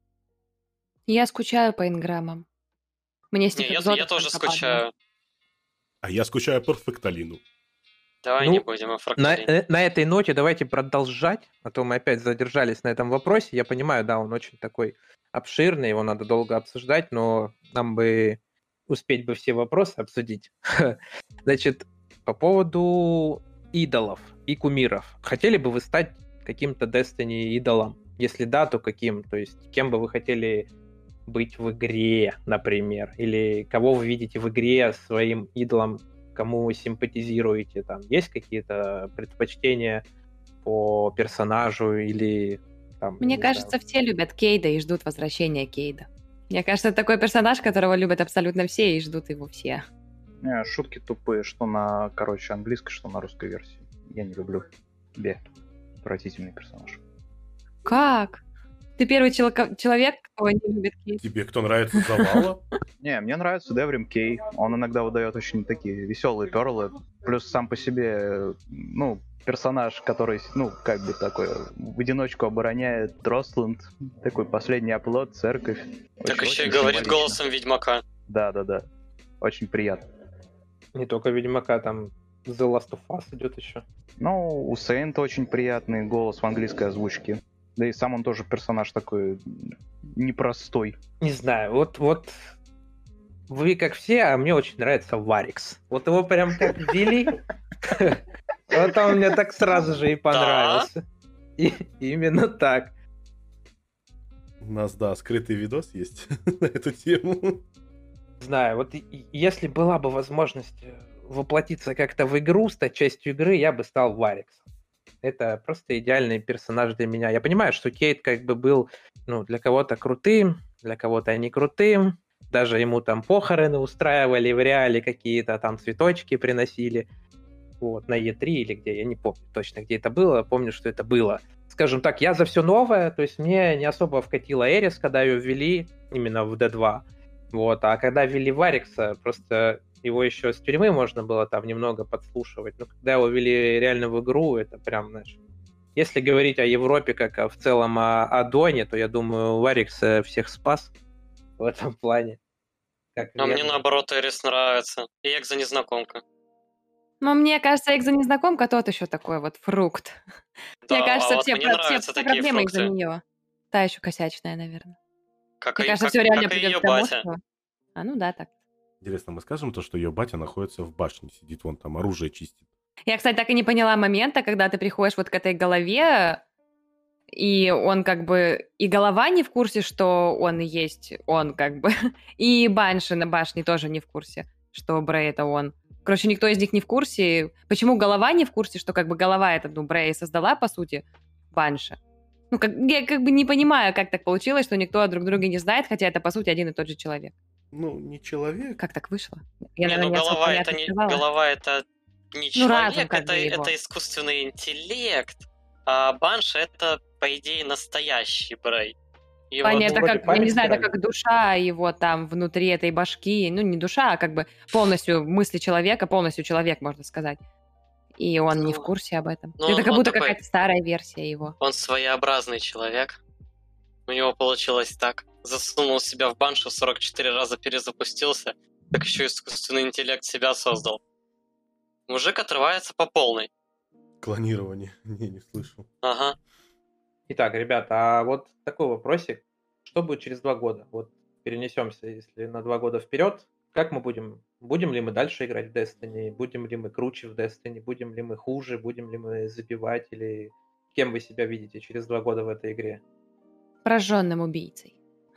Я скучаю по инграммам. Мне с Не, них я, экзотов я тоже только падает. скучаю. А я скучаю по Фракталину. Давай Ну, не будем о На, фракталине. э, на этой ноте давайте продолжать, а то мы опять задержались на этом вопросе. Я понимаю, да, он очень такой обширный, его надо долго обсуждать, но нам бы успеть бы все вопросы обсудить. Значит, по поводу идолов и кумиров. Хотели бы вы стать каким-то Destiny идолом? Если да, то каким? То есть кем бы вы хотели быть в игре, например? Или кого вы видите в игре своим идолом, кому вы симпатизируете? Там есть какие-то предпочтения по персонажу или там, Мне не кажется, знаю, все любят Кейда и ждут возвращения Кейда. Мне кажется, это такой персонаж, которого любят абсолютно все и ждут его все. Не, шутки тупые, что на, короче, английской, что на русской версии. Я не люблю. Бе. Отвратительный персонаж. Как? Ты первый челока- человек, кто не любит Кейда? Тебе кто нравится Завала? Не, мне нравится Деврим Кей. Он иногда выдает очень такие веселые перлы. Плюс сам по себе, ну, персонаж, который, ну, как бы такой, в одиночку обороняет Дростланд. Такой последний оплот, церковь. Так Очень- еще и очень говорит символично. голосом Ведьмака. Да-да-да. Очень приятно. не только Ведьмака, там The Last of Us идет еще. Ну, у Сейнта очень приятный голос в английской озвучке. Да и сам он тоже персонаж такой непростой. Не знаю, вот, вот вы как все, а мне очень нравится Варикс. Вот его прям как ввели, вот он мне так сразу же и понравился. И именно так. У нас, да, скрытый видос есть на эту тему. Знаю, вот и- и если была бы возможность э, воплотиться как-то в игру, стать частью игры, я бы стал Вариксом. Это просто идеальный персонаж для меня. Я понимаю, что Кейт как бы был, ну, для кого-то крутым, для кого-то не крутым. Даже ему там похороны устраивали в реале какие-то, там цветочки приносили. Вот, на и три или где, я не помню точно, где это было. Помню, что это было. Скажем так, я за все новое, то есть мне не особо вкатила Эрис, когда ее ввели именно в ди два. Вот, а когда ввели Варикса, просто его еще с тюрьмы можно было там немного подслушивать. Но когда его ввели реально в игру, это прям, знаешь... Если говорить о Европе как о, в целом о Адоне, то я думаю, Варикс э, всех спас в этом плане. Как А мне верно. наоборот Эрис нравится. И Экза-незнакомка. Но мне кажется, экзонезнакомка тот еще такой вот фрукт. Мне Да, кажется, а вот все, мне про- все- нравятся все такие проблемы из-за фрукты. нее. Та еще косячная, наверное. Как, Мне и, кажется, как, все реально как и придет ее к тому, батя. что... А, ну да, так. Интересно, мы скажем то, что ее батя находится в башне, сидит вон там, оружие чистит. Я, кстати, так и не поняла момента, когда ты приходишь вот к этой голове, и он как бы... И голова не в курсе, что он и есть он как бы. И Банши на башне тоже не в курсе, что Брей — это он. Короче, никто из них не в курсе. Почему голова не в курсе, что как бы голова эта, ну, Брей создала, по сути, Банши. Ну, как, я как бы не понимаю, как так получилось, что никто друг друга не знает, хотя это, по сути, один и тот же человек. Ну, не человек. Как так вышло? Я, Не, наверное, ну не особо голова понятно это не сказала. голова это не Ну, разум человек, как это, бы его. это искусственный интеллект. А Банша это, по идее, настоящий Брей. И Ваня, вот- это вроде как, я не память знаю, это стирали. как душа его там внутри этой башки. Ну, не душа, а как бы полностью мысли человека, полностью человек, можно сказать. И он не в Ну, курсе об этом. ну, это он- как он будто такой- какая-то старая версия его. Он своеобразный человек. У него получилось так. Засунул себя в Баншу, сорок четыре раза перезапустился, так еще искусственный интеллект себя создал. Мужик отрывается по полной. Клонирование. Не, не слышал. Ага. Итак, ребята, а вот такой вопросик. Что будет через два года? Вот перенесемся, если на два года вперед. Как мы будем? Будем ли мы дальше играть в Destiny? Будем ли мы круче в Destiny? Будем ли мы хуже? Будем ли мы забивать? Или кем вы себя видите через два года в этой игре? Прожженным убийцей.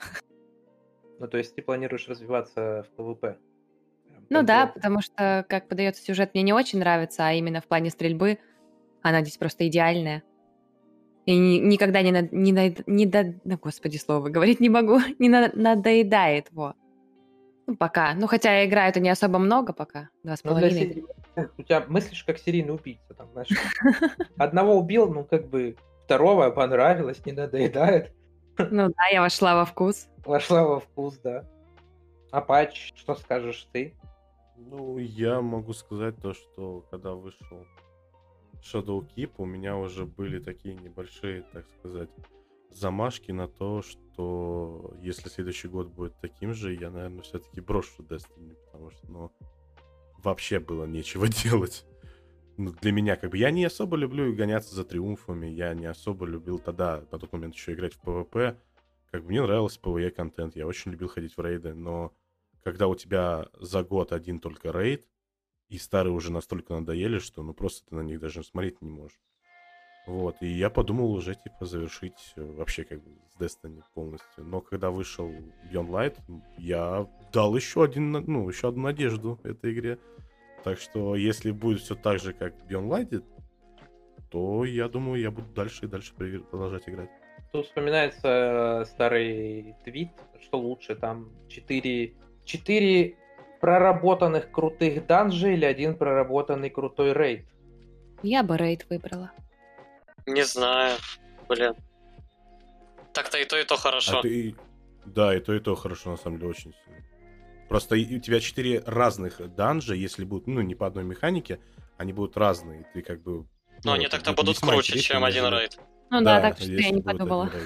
Ну, то есть ты планируешь развиваться в PvP? Прям Ну да, конкретно. потому что как подается сюжет мне не очень нравится, а именно в плане стрельбы она здесь просто идеальная. И ни- никогда не, над- не, над- не до... ну, господи, слово говорить не могу. Не на- надоедает, во. Ну, пока. Ну, хотя играю-то не особо много пока. Два с Ну, для половиной. серии... У тебя мыслишь как серийный убийца, там, знаешь. Одного убил, ну, как бы, второго понравилось, не надоедает. Ну да, я вошла во вкус. Вошла во вкус, да. А патч, что скажешь ты? Ну, я могу сказать то, что когда вышел Shadow Keep, у меня уже были такие небольшие, так сказать, замашки на то, что если следующий год будет таким же, я, наверное, все-таки брошу Destiny, потому что, ну, вообще было нечего делать. Ну, для меня, как бы, я не особо люблю гоняться за триумфами, я не особо любил тогда, на тот момент еще играть в PvP. Как бы мне нравился PvE-контент, я очень любил ходить в рейды, но когда у тебя за год один только рейд, и старые уже настолько надоели, что ну просто ты на них даже смотреть не можешь. Вот, и я подумал уже, типа, завершить э, вообще как бы с Destiny полностью. Но когда вышел Beyond Light, я дал еще один, на- ну, еще одну надежду этой игре. Так что, если будет все так же, как в Beyond Light, то я думаю, я буду дальше и дальше при- продолжать играть. Тут вспоминается э, старый твит, что лучше, там четыре, четыре проработанных крутых данжа или один проработанный крутой рейд. Я бы рейд выбрала. Не знаю. Блин. Так-то и то, и то хорошо. А ты... Да, и то, и то хорошо, на самом деле, очень сильно. Просто и- у тебя четыре разных данжа, если будут, ну, не по одной механике, они будут разные. Ты как бы... Но ну, они это так-то будет будут весьма круче, интересно, чем один нежели- рейд. Ну да, так что я если не будет один подумала. рейд.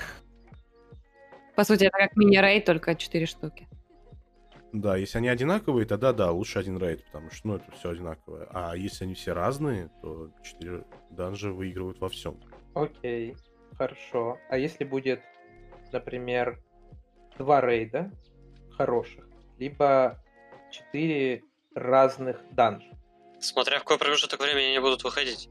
По сути, это как мини-рейд, только четыре штуки. Да, если они одинаковые, тогда да, лучше один рейд, потому что, ну, это все одинаковое. А если они все разные, то четыре данжа выигрывают во всем. Окей, хорошо. А если будет, например, два рейда хороших, либо четыре разных данжа? Смотря в какой промежуток времени они будут выходить.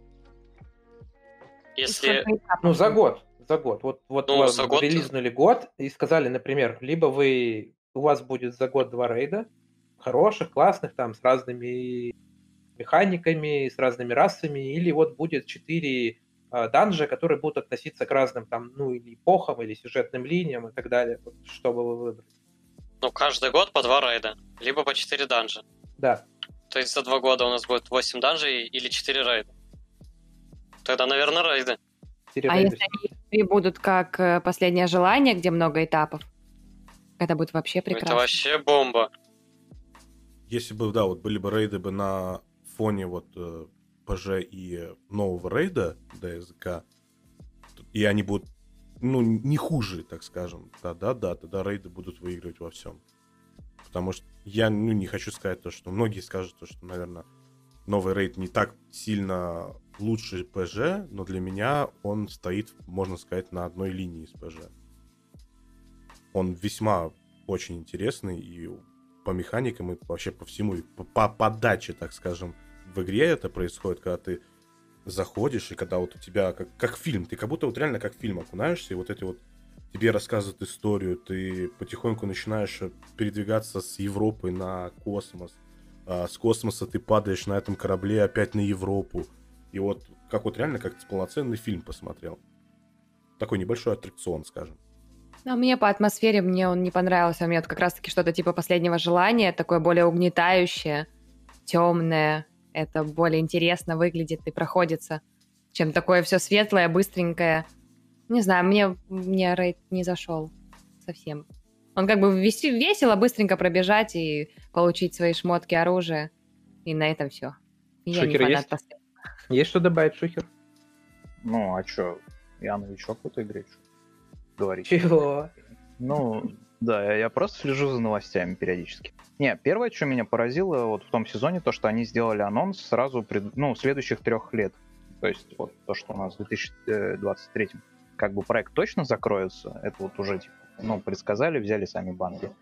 Если... Сколько этапов Ну, за будет? год, за год. Вот, вот Ну, вы за год- релизнули год и сказали, например, либо вы, у вас будет за год два рейда, хороших, классных, там, с разными механиками, с разными расами, или вот будет четыре а, данжа, которые будут относиться к разным, там, ну, или эпохам, или сюжетным линиям и так далее. Вот, что бы вы выбрали? Ну, каждый год по два рейда. Либо по четыре данжа. Да. То есть за два года у нас будет восемь данжей или четыре рейда. Тогда, наверное, рейды. четыре А рейда. если они и будут как э, «Последнее желание», где много этапов, это будет вообще прекрасно. Это вообще бомба. Если бы, да, вот были бы рейды бы на фоне вот э, ПЖ и нового рейда ДСК, и они будут, ну, не хуже, так скажем, тогда, да, тогда рейды будут выигрывать во всем. Потому что я, ну, не хочу сказать то, что многие скажут то, что, наверное, новый рейд не так сильно лучше ПЖ, но для меня он стоит, можно сказать, на одной линии с ПЖ. Он весьма очень интересный и по механикам, и вообще по всему, и по, по подаче, так скажем, в игре это происходит, когда ты заходишь, и когда вот у тебя как, как фильм, ты как будто вот реально как фильм окунаешься, и вот эти вот тебе рассказывают историю, ты потихоньку начинаешь передвигаться с Европы на космос, а с космоса ты падаешь на этом корабле опять на Европу, и вот как вот реально как полноценный фильм посмотрел. Такой небольшой аттракцион, скажем. А мне по атмосфере мне он не понравился. Мне вот как раз-таки что-то типа «Последнего желания», такое более угнетающее, темное. Это более интересно выглядит и проходится, чем такое все светлое, быстренькое. Не знаю, мне, мне рейд не зашел совсем. Он как бы вес- весело, быстренько пробежать и получить свои шмотки, оружие. И на этом все. Я не Шухер фанат есть? последнего. Есть что добавить, Шухер? Ну, а чё? Я новичок в этой игре, чё говорить. Чего? Ну, да, я, я просто слежу за новостями периодически. Не, первое, что меня поразило вот в том сезоне, то, что они сделали анонс сразу, пред, ну, следующих трех лет. То есть вот то, что у нас в две тысячи двадцать третьем. Как бы проект точно закроется, это вот уже, типа, ну, предсказали, взяли сами банки.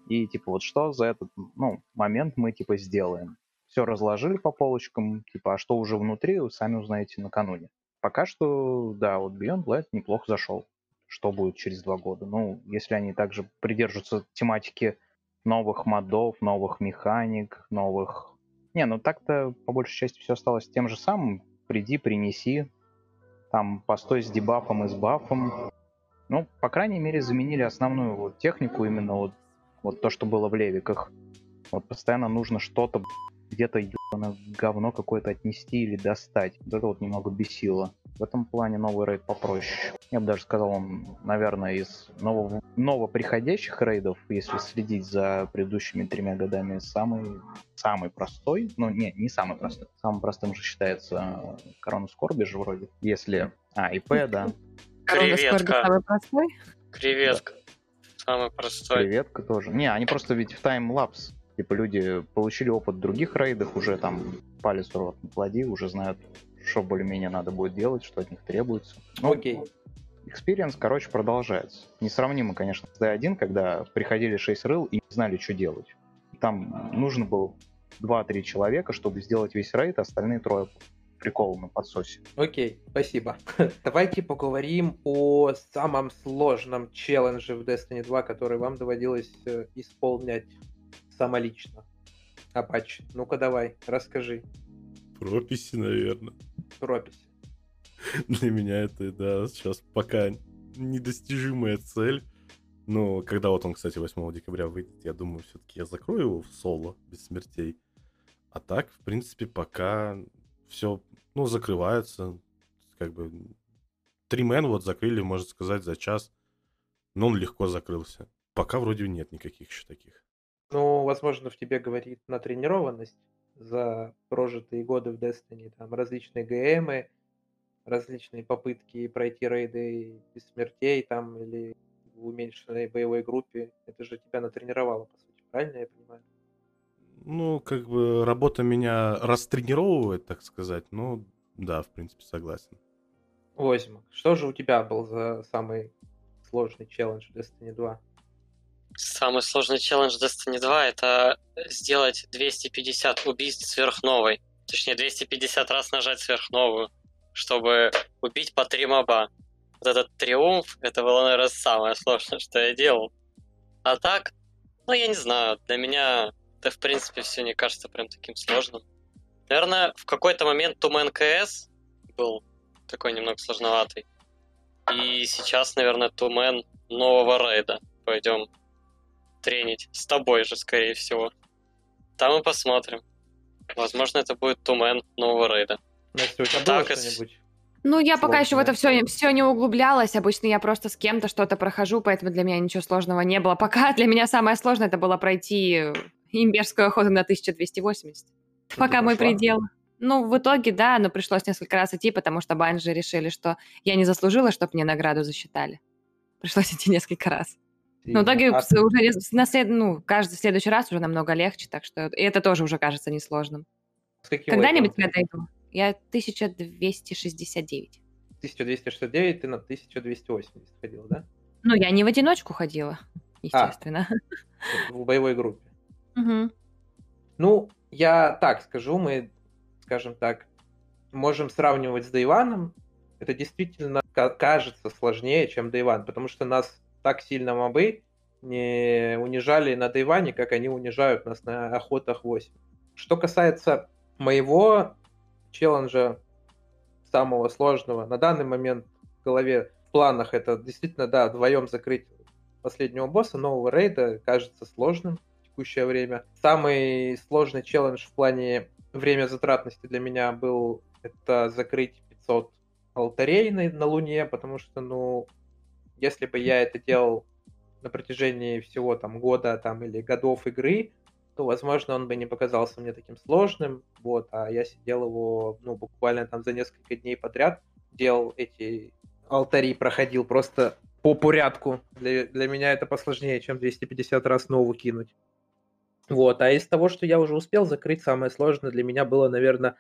И типа вот что за этот, ну, момент мы типа сделаем. Все разложили по полочкам, типа, а что уже внутри, вы сами узнаете накануне. Пока что, да, вот Beyond Light неплохо зашел. Что будет через два года? Ну, если они также придержатся тематики новых модов, новых механик, новых... Не, ну так-то по большей части все осталось тем же самым. Приди, принеси, там постой с дебафом и с бафом. Ну, по крайней мере, заменили основную вот технику, именно вот, вот то, что было в левиках. Вот постоянно нужно что-то где-то ебаное говно какое-то отнести или достать. Вот это вот немного бесило. В этом плане новый рейд попроще. Я бы даже сказал, он, наверное, из нового, новоприходящих рейдов, если следить за предыдущими тремя годами, самый, самый простой. Ну, не, не самый простой. Самым простым же считается Корона Скорби же вроде. Если... А, ИП, да. Креветка. Самый простой? Креветка. Самый простой. Креветка тоже. Не, они просто ведь в таймлапс. Типа люди получили опыт в других рейдах, уже там палец в рот не клади, уже знают, что более-менее надо будет делать, что от них требуется. Ну, Окей. Экспириенс, короче, продолжается. Несравнимо, конечно, с ди один, когда приходили шесть рыл и не знали, что делать. Там нужно было два-три человека, чтобы сделать весь рейд, а остальные трое прикол на подсосе. Окей, спасибо. Давайте поговорим о самом сложном челлендже в Destiny два, который вам доводилось э, исполнять самолично. Апач, ну-ка давай, расскажи. Прописи, наверное. Прописи. Для меня это, да, сейчас пока недостижимая цель. Но когда вот он, кстати, восьмого декабря выйдет, я думаю, все-таки я закрою его в соло, без смертей. А так, в принципе, пока все, ну, закрывается. Как бы Тримен вот закрыли, можно сказать, за час. Но он легко закрылся. Пока вроде нет никаких еще таких. Ну, возможно, в тебе говорит натренированность за прожитые годы в Destiny, там различные ГМы, различные попытки пройти рейды без смертей там или в уменьшенной боевой группе. Это же тебя натренировало, по сути, правильно я понимаю? Ну, как бы работа меня растренировывает, так сказать. Ну, да, в принципе, согласен. Возьму. Что же у тебя был за самый сложный челлендж в Destiny два? Самый сложный челлендж Destiny два — это сделать двести пятьдесят убийств сверхновой. Точнее, двести пятьдесят раз нажать сверхновую, чтобы убить по три моба. Вот этот триумф, это было, наверное, самое сложное, что я делал. А так, ну, я не знаю, для меня это, в принципе, все не кажется прям таким сложным. Наверное, в какой-то момент Тумен КС был такой немного сложноватый. И сейчас, наверное, Тумен нового рейда пойдем тренить. С тобой же, скорее всего. Там и посмотрим. Возможно, это будет Тумен нового рейда. Настя, у тебя было Так, из- что-нибудь? Ну, я пока еще в это Сложное. все, все не углублялась. Обычно я просто с кем-то что-то прохожу, поэтому для меня ничего сложного не было. Пока для меня самое сложное это было пройти имперскую охоту на тысяча двести восемьдесят. Ты Пока мой прошла? предел. Ну, в итоге, да, но пришлось несколько раз идти, потому что банжи решили, что я не заслужила, чтобы мне награду засчитали. Пришлось идти несколько раз. Но в итоге А с- уже нес- на след- ну, каждый следующий раз уже намного легче, так что и это тоже уже кажется несложным. с каким Когда-нибудь лейблом? я дойду. Я тысяча двести шестьдесят девять. тысяча двести шестьдесят девять, ты на тысяча двести восемьдесят ходил, да? Ну, я не в одиночку ходила, естественно. В боевой группе. Мгм. Ну, я так скажу, мы, скажем так, можем сравнивать с Дайваном. Это действительно ка- кажется сложнее, чем Дайван, потому что нас так сильно мобы не унижали на Дайване, как они унижают нас на охотах восемь. Что касается моего челленджа, самого сложного, на данный момент в голове, в планах, это действительно, да, вдвоем закрыть последнего босса, нового рейда, кажется сложным в текущее время. Самый сложный челлендж в плане время затратности для меня был это закрыть пятьсот алтарей на, на Луне, потому что, ну, если бы я это делал на протяжении всего там года там, или годов игры, то, возможно, он бы не показался мне таким сложным, вот, а я сидел его, ну, буквально там за несколько дней подряд, делал эти алтари, проходил просто по порядку. Для, для меня это посложнее, чем двести пятьдесят раз новую кинуть. Вот, а из того, что я уже успел закрыть, самое сложное для меня было, наверное,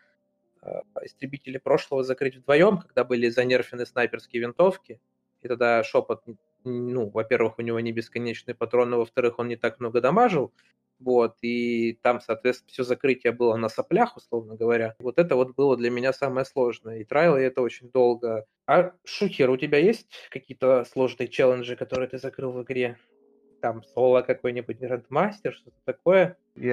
истребители прошлого закрыть вдвоем, когда были занерфены снайперские винтовки, и тогда шепот ну, во-первых, у него не бесконечный патрон, а во-вторых, он не так много дамажил. Вот, и там, соответственно, все закрытие было на соплях, условно говоря. Вот это вот было для меня самое сложное. И траил я это очень долго. А, Шухер, у тебя есть какие-то сложные челленджи, которые ты закрыл в игре? Там соло какой-нибудь, грандмастер, что-то такое?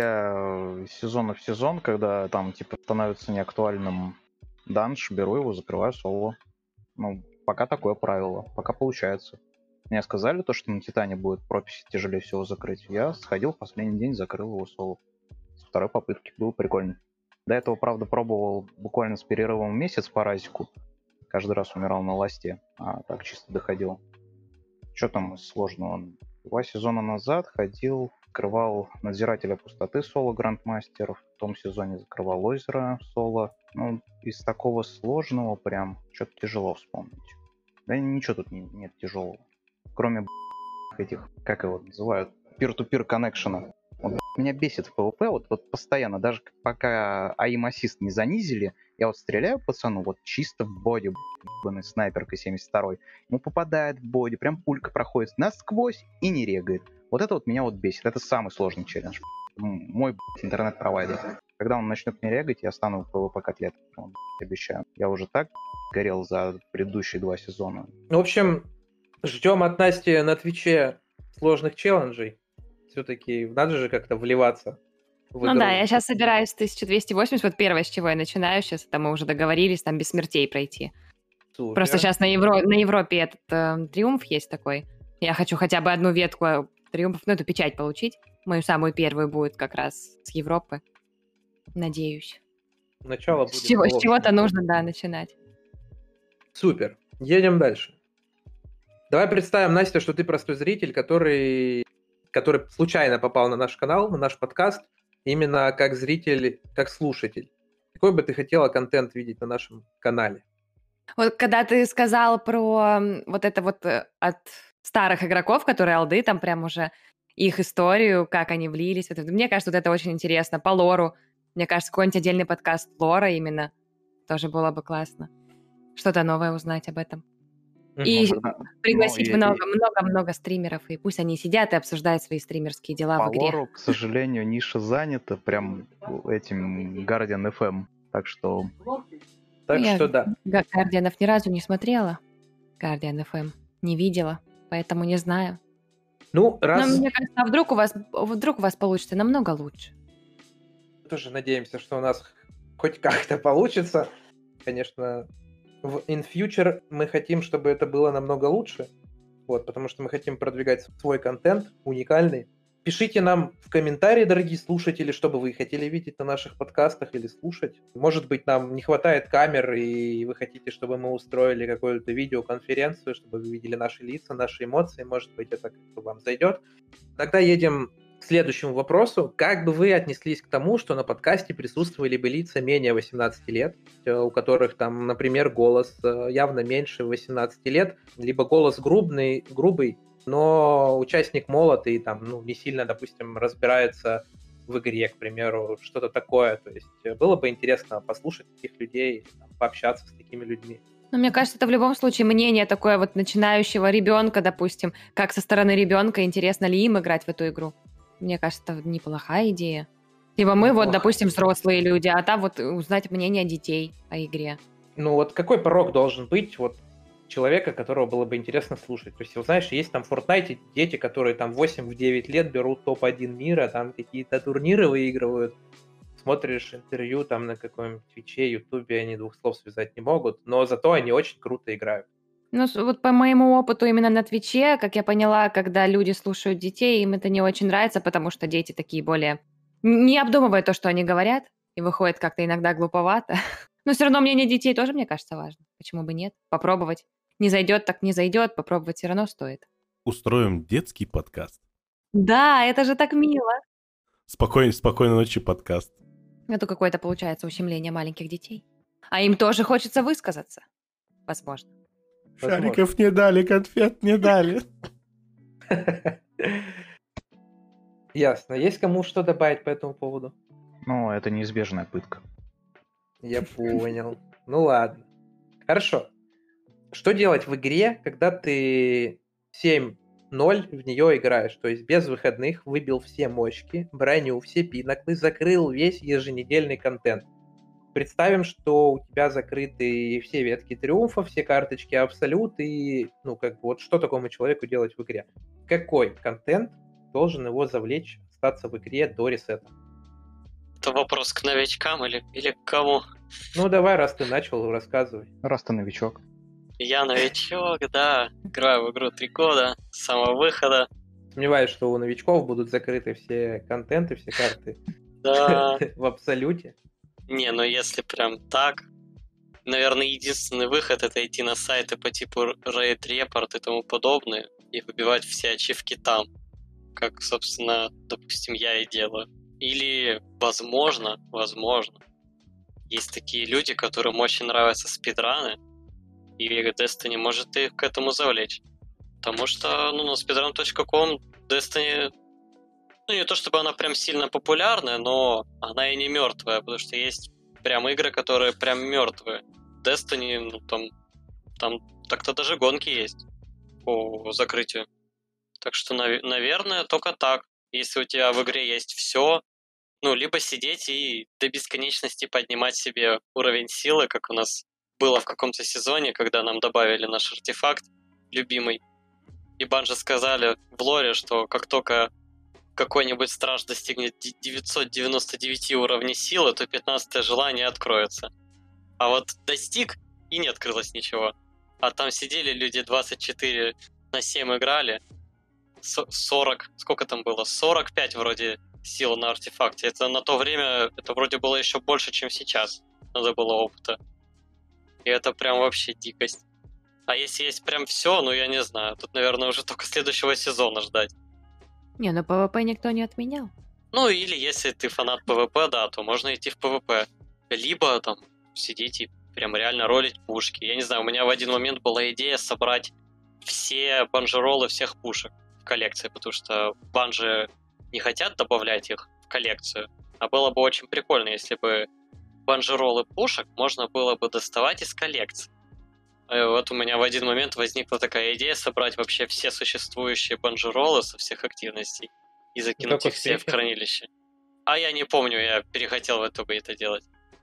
Я из сезона в сезон, когда там типа становится неактуальным данж, беру его, закрываю соло. Ну, пока такое правило, пока получается. Мне сказали то, что на Титане будет прописи тяжелее всего закрыть. Я сходил в последний день, закрыл его соло. С второй попытки. Было прикольно. До этого, правда, пробовал буквально с перерывом месяц по разику. Каждый раз умирал на ласте, а так чисто доходил. Что там сложного? Два сезона назад ходил, закрывал Надзирателя Пустоты соло Грандмастер. В том сезоне закрывал Озеро соло. Ну, из такого сложного прям что-то тяжело вспомнить. Да ничего тут не, нет тяжелого. Кроме этих, как его называют, peer-to-peer коннекшена. Вот, меня бесит в PvP, вот, вот постоянно, даже пока aim assist не занизили, я вот стреляю пацану, вот чисто в боди, ебаный снайперкой семьдесят второй, ему попадает в боди, прям пулька проходит насквозь и не регает. Вот это вот меня вот бесит, это самый сложный челлендж. Мой интернет-провайдер. Когда он начнет не регать, я стану PvP-котлетой, обещаю. Я уже так горел за предыдущие два сезона. В общем, ждем от Насти на Твиче сложных челленджей. Все-таки надо же как-то вливаться в игру. Ну да, я сейчас собираюсь тысяча двести восемьдесят, вот первое, с чего я начинаю сейчас, это мы уже договорились, там без смертей пройти. Супер. Просто сейчас на, Евро... на Европе этот э, триумф есть такой. Я хочу хотя бы одну ветку триумфов, ну эту печать получить. Мою самую первую будет как раз с Европы. Надеюсь. Начало будет. С, чего... с сложно. чего-то нужно, да, начинать. Супер. Едем дальше. Давай представим, Настя, что ты простой зритель, который... который случайно попал на наш канал, на наш подкаст, именно как зритель, как слушатель. Какой бы ты хотела контент видеть на нашем канале? Вот когда ты сказал про вот это вот э, от старых игроков, которые алды, там прям уже их историю, как они влились, это, мне кажется, вот это очень интересно. По лору, мне кажется, какой-нибудь отдельный подкаст лора именно тоже было бы классно. Что-то новое узнать об этом. И Ну, пригласить и- много-много-много стримеров, и пусть они сидят и обсуждают свои стримерские дела По в игре. лору, к сожалению, ниша занята прям этим Guardian эф эм. Так что Так Я что да. Га- Гардианов ни разу не смотрела. Гардиан эф эм не видела, поэтому не знаю. Ну, раз... Но мне кажется, а вдруг у вас вдруг у вас получится намного лучше. Тоже надеемся, что у нас хоть как-то получится. Конечно, в in future мы хотим, чтобы это было намного лучше. Вот, потому что мы хотим продвигать свой контент, уникальный. Пишите нам в комментарии, дорогие слушатели, что бы вы хотели видеть на наших подкастах или слушать. Может быть, нам не хватает камер, и вы хотите, чтобы мы устроили какую-то видеоконференцию, чтобы вы видели наши лица, наши эмоции. Может быть, это как-то вам зайдет. Тогда едем к следующему вопросу. Как бы вы отнеслись к тому, что на подкасте присутствовали бы лица менее восемнадцати лет, у которых там, например, голос явно меньше восемнадцати лет, либо голос грубный, грубый, но участник молод и там, ну, не сильно, допустим, разбирается в игре, к примеру, что-то такое. То есть было бы интересно послушать таких людей, там, пообщаться с такими людьми. Но мне кажется, это в любом случае мнение такое вот начинающего ребенка, допустим, как со стороны ребенка, интересно ли им играть в эту игру. Мне кажется, это неплохая идея. Либо мы вот, Неплохая допустим, идея. взрослые люди, а там вот узнать мнение детей о игре. Ну вот какой порог должен быть вот человека, которого было бы интересно слушать? То есть, вот, знаешь, есть там в Fortnite дети, которые там восемь-девять лет берут топ один мира, там какие-то турниры выигрывают. Смотришь интервью там на каком-нибудь Твиче, Ютубе, они двух слов связать не могут, но зато они очень круто играют. Ну, с- вот по моему опыту именно на Твиче, как я поняла, когда люди слушают детей, им это не очень нравится, потому что дети такие более... н- не обдумывают то, что они говорят, и выходит как-то иногда глуповато. Но все равно мнение детей тоже, мне кажется, важно. Почему бы нет? Попробовать. Не зайдет, так не зайдет, попробовать все равно стоит. Устроим детский подкаст. Да, это же так мило. Спокойной, спокойной ночи подкаст. Это какое-то получается ущемление маленьких детей. А им тоже хочется высказаться. Возможно. Возможно. Шариков не дали, конфет не дали. Ясно. Есть кому что добавить по этому поводу? ну, это неизбежная пытка. Я понял. Ну ладно. Хорошо. Что делать в игре, когда ты семь ноль в нее играешь, то есть без выходных выбил все мочки, броню, все пинаклы, закрыл весь еженедельный контент. Представим, что у тебя закрыты все ветки триумфа, все карточки абсолют, и, ну, как бы, вот что такому человеку делать в игре? Какой контент должен его завлечь, остаться в игре до ресета? Это вопрос к новичкам или, или к кому? Ну, давай, раз ты начал, рассказывай. Раз ты новичок. Я новичок, да. Играю в игру три года, с самого выхода. Сомневаюсь, что у новичков будут закрыты все контенты, все карты Да. в абсолюте. Не, ну если прям так, наверное, единственный выход — это идти на сайты по типу Raid Report и тому подобное и выбивать все ачивки там, как, собственно, допустим, я и делаю. Или, возможно, возможно, есть такие люди, которым очень нравятся спидраны, и Destiny может их к этому завлечь. Потому что, ну, на speedrun точка ком Destiny, ну, не то чтобы она прям сильно популярная, но она и не мертвая, потому что есть прям игры, которые прям мертвые. Destiny, ну, там, там так-то даже гонки есть по закрытию. Так что, нав- наверное, только так. Если у тебя в игре есть все, ну, либо сидеть и до бесконечности поднимать себе уровень силы, как у нас было в каком-то сезоне, когда нам добавили наш артефакт любимый. И Банжи сказали в лоре, что как только какой-нибудь страж достигнет девятьсот девяносто девять уровней силы, то пятнадцатое желание откроется. А вот достиг, и не открылось ничего. А там сидели люди двадцать четыре на семь играли, сорок, сколько там было? сорок пять вроде силы на артефакте. Это на то время, это вроде было еще больше, чем сейчас. Надо было опыта. И это прям вообще дикость. А если есть прям все, ну я не знаю. Тут, наверное, уже только следующего сезона ждать. Не, ну ПВП никто не отменял. Ну или если ты фанат ПВП, да, то можно идти в ПВП. Либо там сидеть и прям реально ролить пушки. Я не знаю, у меня в один момент была идея собрать все банжеролы всех пушек в коллекции, потому что банжи не хотят добавлять их в коллекцию. А было бы очень прикольно, если бы банжеролы пушек можно было бы доставать из коллекции. И вот у меня в один момент возникла такая идея собрать вообще все существующие банжеролы со всех активностей и закинуть Как их все в успехи? хранилище. А я не помню, я перехотел в итоге это делать.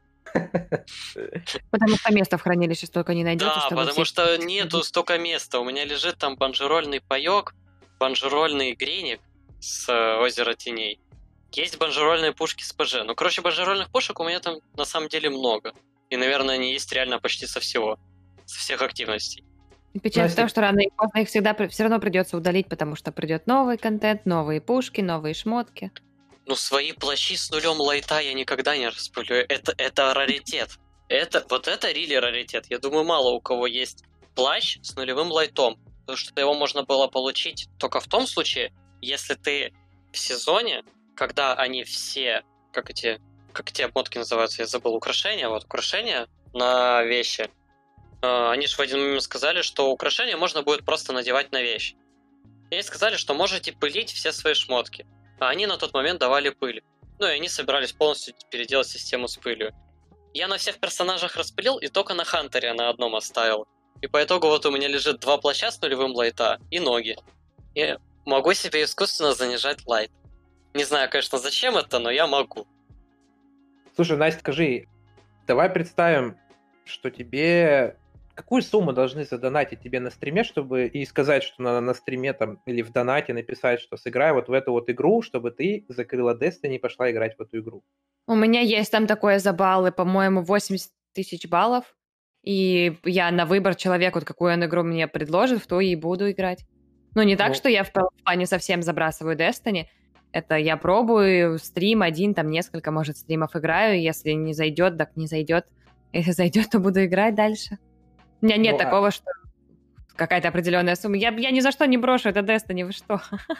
Потому что места в хранилище столько не найдете, Да, чтобы потому все- что нету столько места. У меня лежит там банжерольный паёк, банжерольный греник с э, озера теней. Есть банжерольные пушки с ПЖ. Ну, короче, банжерольных пушек у меня там на самом деле много. И, наверное, они есть реально почти со всего. Со всех активностей. И печаль в Настя. том, что рано или поздно их всегда все равно придется удалить, потому что придет новый контент, новые пушки, новые шмотки. Ну, свои плащи с нулем лайта я никогда не распылю. Это, это раритет. Это, вот это рили раритет. Я думаю, мало у кого есть плащ с нулевым лайтом. Потому что его можно было получить только в том случае, если ты в сезоне, когда они все, как эти, как эти обмотки называются, я забыл, украшения, вот украшения на вещи. Э, Они же в один момент сказали, что украшения можно будет просто надевать на вещь. И они сказали, что можете пылить все свои шмотки. А они на тот момент давали пыль. Ну и они собирались полностью переделать систему с пылью. Я на всех персонажах распылил и только на Хантере на одном оставил. И по итогу вот у меня лежит два плаща с нулевым лайта и ноги. И могу себе искусственно занижать лайт. Не знаю, конечно, зачем это, но я могу. Слушай, Настя, скажи, давай представим, что тебе... Какую сумму должны задонатить тебе на стриме, чтобы и сказать, что на, на стриме там или в донате написать, что сыграй вот в эту вот игру, чтобы ты закрыла Destiny и пошла играть в эту игру? У меня есть там такое за баллы, по-моему, восемьдесят тысяч баллов. И я на выбор человеку, вот какую он игру мне предложит, в то и буду играть. Ну, не так, Ну. что я в плане совсем забрасываю Destiny. Это я пробую стрим один, там несколько, может, стримов играю. Если не зайдет, так не зайдет. Если зайдет, то буду играть дальше. У меня нет Ну, а- такого, что какая-то определенная сумма. Я, я ни за что не брошу это Destiny, вы что?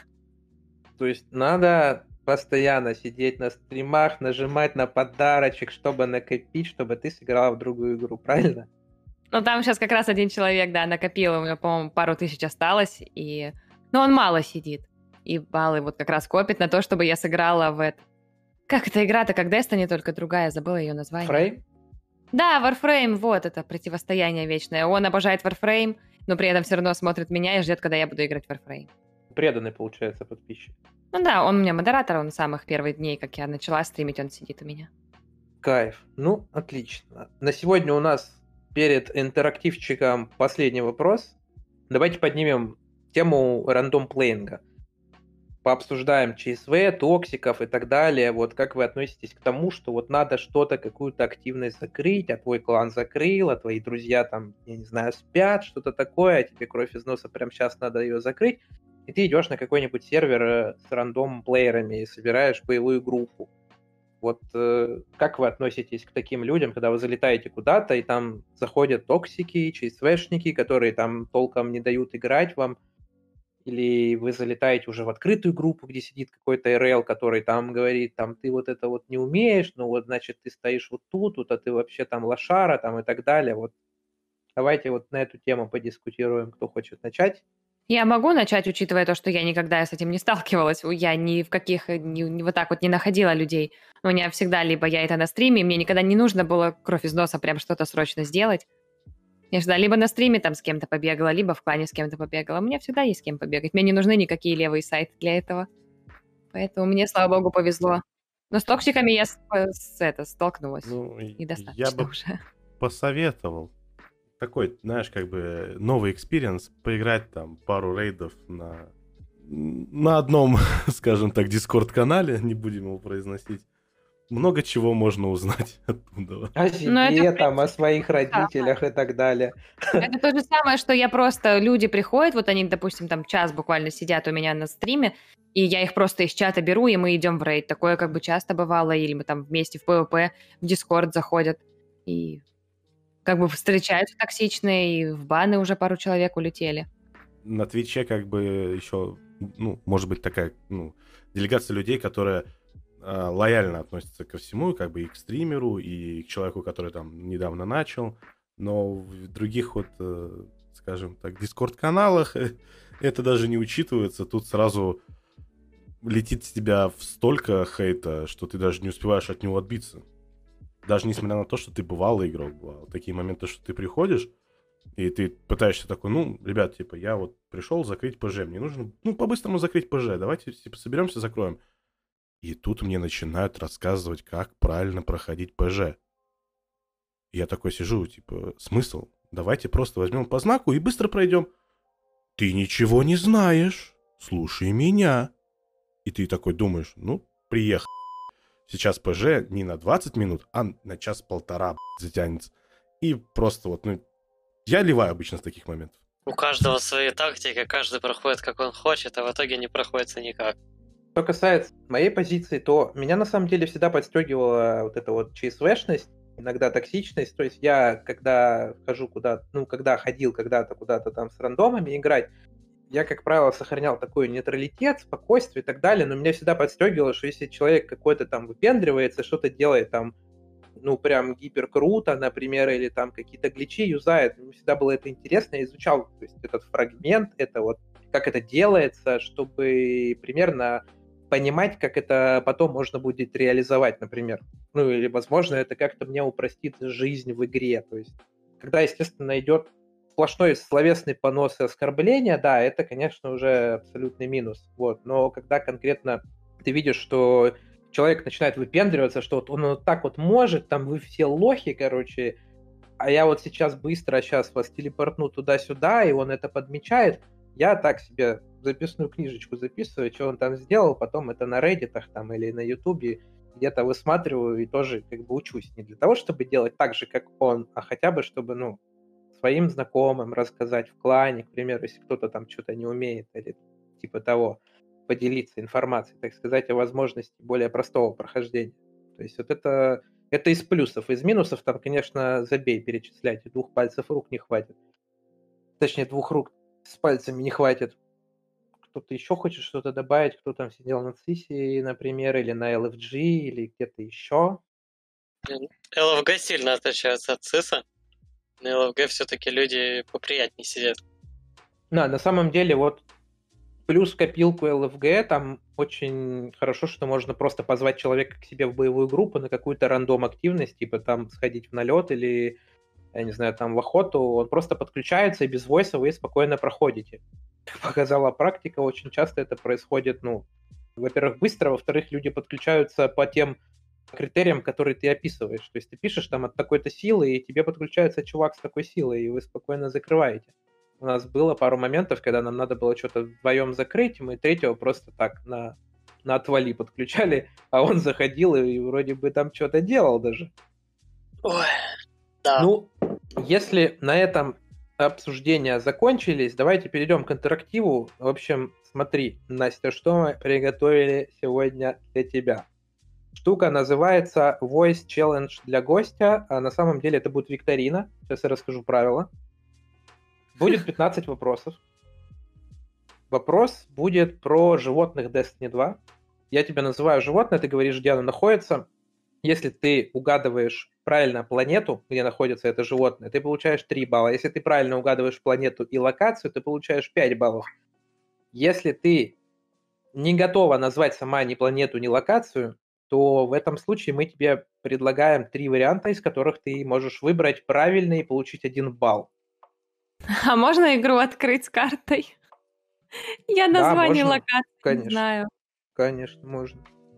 То есть надо постоянно сидеть на стримах, нажимать на подарочек, чтобы накопить, чтобы ты сыграла в другую игру, правильно? Ну, там сейчас как раз один человек, да, накопил, у меня, по-моему, пару тысяч осталось, и... Ну, он мало сидит, и баллы вот как раз копит на то, чтобы я сыграла в это... Как эта игра-то, как Destiny, только другая, забыла ее название. Фрейм? Да, Warframe, вот это противостояние вечное. Он обожает Warframe, но при этом все равно смотрит меня и ждет, когда я буду играть в Warframe. Преданный, получается, подписчик. Ну да, он у меня модератор, он с самых первых дней, как я начала стримить, он сидит у меня. Кайф. Ну, отлично. На сегодня у нас перед интерактивчиком последний вопрос. Давайте поднимем тему рандом-плеинга. Пообсуждаем ЧСВ, токсиков и так далее. Вот как вы относитесь к тому, что вот надо что-то, какую-то активность закрыть, а твой клан закрыл, а твои друзья там, я не знаю, спят, что-то такое, а тебе кровь из носа прямо сейчас надо ее закрыть, и ты идешь на какой-нибудь сервер с рандом-плеерами и собираешь боевую группу. Вот э, как вы относитесь к таким людям, когда вы залетаете куда-то, и там заходят токсики, ЧСВшники, которые там толком не дают играть вам, или вы залетаете уже в открытую группу, где сидит какой-то эр эл, который там говорит, там, ты вот это вот не умеешь, ну вот, значит, ты стоишь вот тут, тут, а ты вообще там лошара, там, и так далее. Вот давайте вот на эту тему подискутируем, кто хочет начать. Я могу начать, учитывая то, что я никогда с этим не сталкивалась. Я ни в каких, ни, ни вот так вот не находила людей. У меня всегда либо я это на стриме, мне никогда не нужно было кровь из носа прям что-то срочно сделать. Я всегда либо на стриме там с кем-то побегала, либо в клане с кем-то побегала. У меня всегда есть с кем побегать. Мне не нужны никакие левые сайты для этого. Поэтому мне, слава богу, повезло. Но с токсиками я с, с, это, столкнулась. Ну, Недостаточно я бы уже. посоветовал такой, знаешь, как бы новый экспириенс, поиграть там пару рейдов на, на одном, скажем так, дискорд-канале, не будем его произносить. Много чего можно узнать оттуда. О себе, это, там, о своих родителях и так далее. Это то же самое, что я просто... Люди приходят, вот они, допустим, там час буквально сидят у меня на стриме, и я их просто из чата беру, и мы идем в рейд. Такое как бы часто бывало, или мы там вместе в пэ вэ пэ, в дискорд заходят, и как бы встречаются токсичные, и в баны уже пару человек улетели. На Твиче как бы еще, ну, может быть такая, ну, делегация людей, которая лояльно относится ко всему, как бы и к стримеру, и к человеку, который там недавно начал, но в других вот, скажем так, дискорд-каналах это даже не учитывается, тут сразу летит с тебя столько хейта, что ты даже не успеваешь от него отбиться. Даже несмотря на то, что ты бывалый игрок, бывал. Такие моменты, что ты приходишь, и ты пытаешься такой, ну, ребят, типа, я вот пришел закрыть пэ жэ, мне нужно, ну, по-быстрому закрыть пэ жэ, давайте, типа, соберемся, закроем. И тут мне начинают рассказывать, как правильно проходить пэ жэ. Я такой сижу, типа, смысл? Давайте просто возьмем по знаку и быстро пройдем. Ты ничего не знаешь, слушай меня. И ты такой думаешь, ну, приехал. Сейчас пэ жэ не на двадцать минут, а на час-полтора затянется. И просто вот, ну, я ливаю обычно с таких моментов. У каждого свои тактики, каждый проходит как он хочет, а в итоге не проходится никак. Что касается моей позиции, то меня на самом деле всегда подстегивала вот эта вот ЧСВшность, иногда токсичность. То есть я, когда хожу куда-то, ну, когда ходил когда-то куда-то там с рандомами играть, я, как правило, сохранял такой нейтралитет, спокойствие и так далее, но меня всегда подстегивало, что если человек какой-то там выпендривается, что-то делает там, ну, прям гиперкруто, например, или там какие-то гличи юзает, мне всегда было это интересно, я изучал, то есть этот фрагмент, это вот, как это делается, чтобы примерно понимать, как это потом можно будет реализовать, например. Ну, или, возможно, это как-то мне упростит жизнь в игре. То есть, когда, естественно, идет сплошной словесный понос и оскорбления, да, это, конечно, уже абсолютный минус. Вот. Но когда конкретно ты видишь, что человек начинает выпендриваться, что вот он вот так вот может, там вы все лохи, короче, а я вот сейчас быстро сейчас вас телепортну туда-сюда, и он это подмечает, я так себе записную книжечку записываю, что он там сделал, потом это на Reddit'ах там или на Ютубе где-то высматриваю и тоже как бы учусь. Не для того, чтобы делать так же, как он, а хотя бы, чтобы, ну, своим знакомым рассказать в клане, к примеру, если кто-то там что-то не умеет или типа того, поделиться информацией, так сказать, о возможности более простого прохождения. То есть вот это, это из плюсов. Из минусов там, конечно, забей перечислять, двух пальцев рук не хватит. Точнее, двух рук с пальцами не хватит. Кто-то еще хочет что-то добавить, кто там сидел на ЦИСе, например, или на эл эф джи, или где-то еще. эл эф джи сильно отличается от ЦИСа. На эл эф джи все-таки люди поприятнее сидят. Да, на самом деле, вот плюс копилку эл эф джи, там очень хорошо, что можно просто позвать человека к себе в боевую группу на какую-то рандом активность, типа там сходить в налет или я не знаю, там в охоту, он просто подключается, и без войса вы спокойно проходите. Как показала практика, очень часто это происходит, ну, во-первых, быстро, во-вторых, люди подключаются по тем критериям, которые ты описываешь. То есть ты пишешь там от такой-то силы, и тебе подключается чувак с такой силой, и вы спокойно закрываете. У нас было пару моментов, когда нам надо было что-то вдвоем закрыть, мы третьего просто так на, на отвали подключали, а он заходил и вроде бы там что-то делал даже. Ой, да. Ну, если на этом обсуждения закончились, давайте перейдем к интерактиву. В общем, смотри, Настя, что мы приготовили сегодня для тебя. Штука называется Voice Challenge для гостя, а на самом деле это будет викторина. Сейчас я расскажу правила. Будет пятнадцать вопросов. Вопрос будет про животных Destiny два. Я тебя называю животное, ты говоришь, где оно находится. Если ты угадываешь правильно планету, где находится это животное, ты получаешь три балла. Если ты правильно угадываешь планету и локацию, ты получаешь пять баллов. Если ты не готова назвать сама ни планету, ни локацию, то в этом случае мы тебе предлагаем три варианта, из которых ты можешь выбрать правильный и получить один балл. А можно игру открыть с картой? Я Да, название можно. локации не Конечно. знаю. Конечно, можно.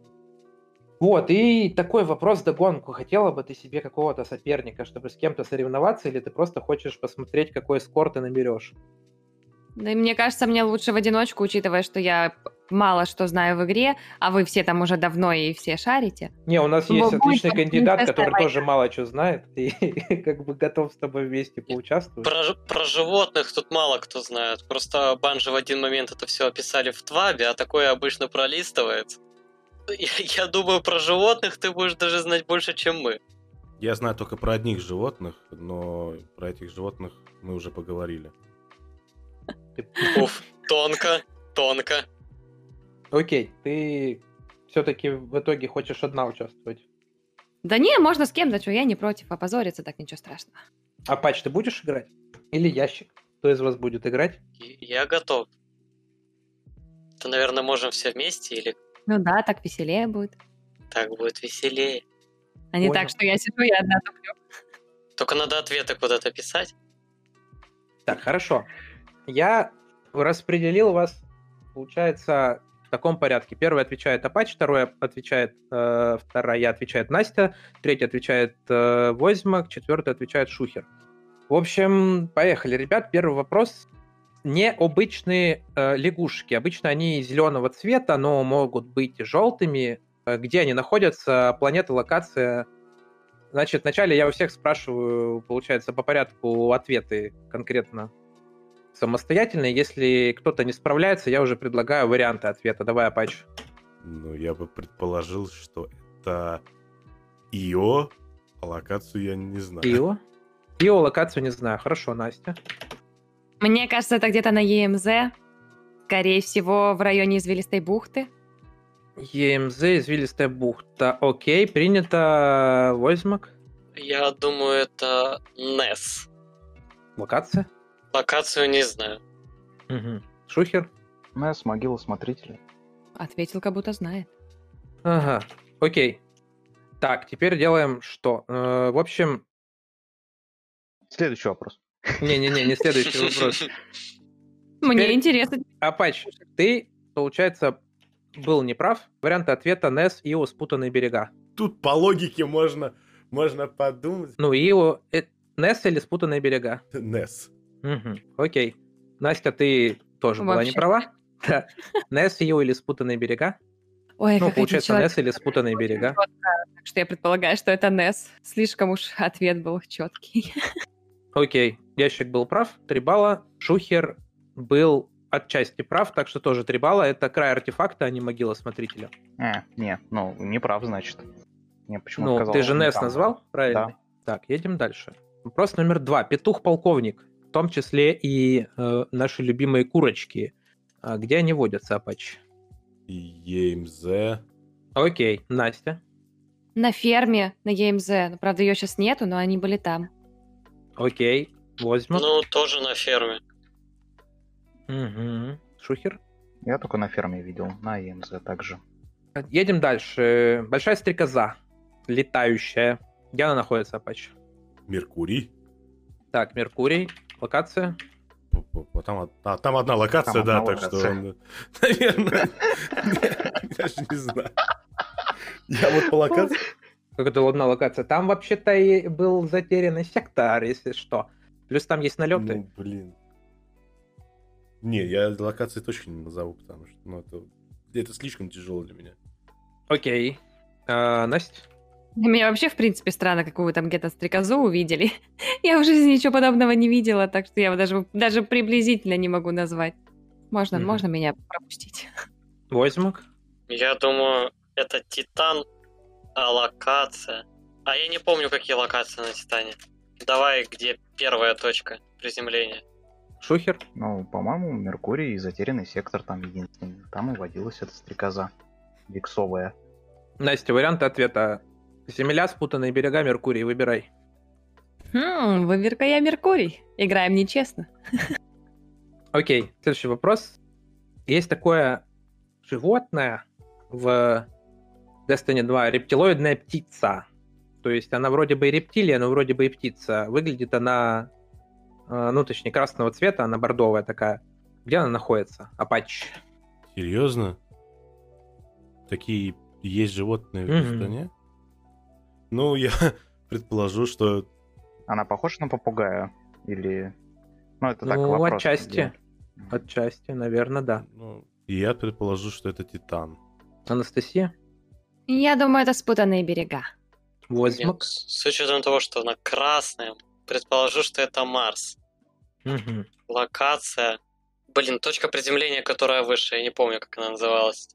Вот, и такой вопрос вдогонку. Хотела бы ты себе какого-то соперника, чтобы с кем-то соревноваться, или ты просто хочешь посмотреть, какой скор ты наберешь? Да и мне кажется, мне лучше в одиночку, учитывая, что я мало что знаю в игре, а вы все там уже давно и все шарите. Не, у нас Ну, есть будет отличный как кандидат, принцесса который Майя. тоже мало что знает, и как бы готов с тобой вместе поучаствовать. Про, про животных тут мало кто знает. Просто Банжи в один момент это все описали в Твабе, а такое обычно пролистывается. Я, я думаю, про животных ты будешь даже знать больше, чем мы. Я знаю только про одних животных, но про этих животных мы уже поговорили. Уф, тонко, тонко. Окей, ты все-таки в итоге хочешь одна участвовать. Да не, можно с кем-то, что я не против, опозориться, так ничего страшного. А Пач, ты будешь играть? Или Ящик? Кто из вас будет играть? Я готов. То, наверное, можем все вместе или Ну да, так веселее будет. так будет веселее. А не Понял. так, что я сижу и одна туплю. Только надо ответы куда-то писать. Так, хорошо. Я распределил вас, получается, в таком порядке. Первый отвечает Апач, второй отвечает, э, вторая отвечает Настя, третий отвечает э, Возьмак, четвертый отвечает Шухер. В общем, поехали, ребят. Первый вопрос. Необычные э, лягушки. Обычно они зеленого цвета, но могут быть и желтыми. Э, Где они находятся? Планета, локация. Значит, вначале я у всех спрашиваю, получается, по порядку ответы конкретно самостоятельно. Если кто-то не справляется, я уже предлагаю варианты ответа. Давай, Апач. Ну, я бы предположил, что это Ио, а локацию я не знаю. Ио. Ио, локацию не знаю. Хорошо, Настя. Мне кажется, это где-то на ЕМЗ. Скорее всего, в районе Извилистой бухты. ЕМЗ, извилистая бухта. Окей, принято. Возьмак. Я думаю, это Нес. Локация. Локацию не знаю. Угу. Шухер. Нес, могила смотрителя. Ответил, как будто знает. Ага, окей. Так, теперь делаем что? Э, в общем, Следующий вопрос. не-не-не, не следующий вопрос. Мне Теперь- интересно. Апач, ты, получается, был неправ. Варианты ответа Нес, Ио, спутанные берега. Тут по логике можно, можно подумать. Ну, Ио, э, Нес или спутанные берега? Нес. Угу, окей. Настя, ты тоже была Вообще. не права. Да. Нес, Ио или спутанные берега? Ой, Ну, как получается, эти Нес или спутанные берега. Так что я предполагаю, что это Нес. Слишком уж ответ был четкий. Окей, Ящик был прав, три балла. Шухер был отчасти прав, так что тоже три балла. Это край артефакта, а не могила смотрителя. А, не, ну, не прав, значит. Я почему-то Ну, сказал, ты же что не Нес там. назвал, правильно? Да. Так, едем дальше. Вопрос номер два. Петух-полковник, в том числе и э, наши любимые курочки. А где они водятся, Апач? ЕМЗ. Окей, Настя. На ферме, на ЕМЗ. Ну, правда, ее сейчас нету, но они были там. Окей, Возьму. Ну, тоже на ферме. Угу. Шухер. Я только на ферме видел, на ЕМЗ также. Едем дальше. Большая стрекоза, летающая. Где она находится, Апач? Меркурий. Так, Меркурий. Локация. П-п-п, Там, од- а, там одна локация, Там да, одна так что, локация. он, наверное, я даже не знаю. Я вот по локации... Как это одна локация? Там вообще-то и был затерянный сектор, если что. Плюс там есть налеты. Ну, блин. Не, я локации точно не назову, потому что ну, это, это слишком тяжело для меня. Окей. А, Настя? Для меня вообще, в принципе, странно, как вы там где-то стрекозу увидели. Я в жизни ничего подобного не видела, так что я даже, даже приблизительно не могу назвать. Можно, Мгм. можно меня пропустить. Возьмок? Я думаю, это Титан, а локация... А я не помню, какие локации на Титане. Давай, где первая точка приземления. Шухер? Ну, по-моему, Меркурий и затерянный сектор там единственный. Там и водилась эта стрекоза виксовая. Настя, варианты ответа. Земля, спутанные берега, Меркурий. Выбирай. Хм, выберка я Меркурий. Играем нечестно. Окей, следующий вопрос. Есть такое животное в Destiny два, рептилоидная птица. То есть она вроде бы и рептилия, но вроде бы и птица. Выглядит она, э, ну точнее, красного цвета, она бордовая такая. Где она находится? Апач. Серьезно? Такие есть животные в Мгм. стране? Ну, я предположу, что... Она похожа на попугая? Или... Ну, это так Ну, вопрос. отчасти. где- Отчасти, наверное, да. Ну, я предположу, что это Титан. Анастасия? Я думаю, это спутанные берега. Нет, Возьмок? с с учетом того, что она красная, предположу, что это Марс. Мгм. Локация. Блин, точка приземления, которая выше, я не помню, как она называлась.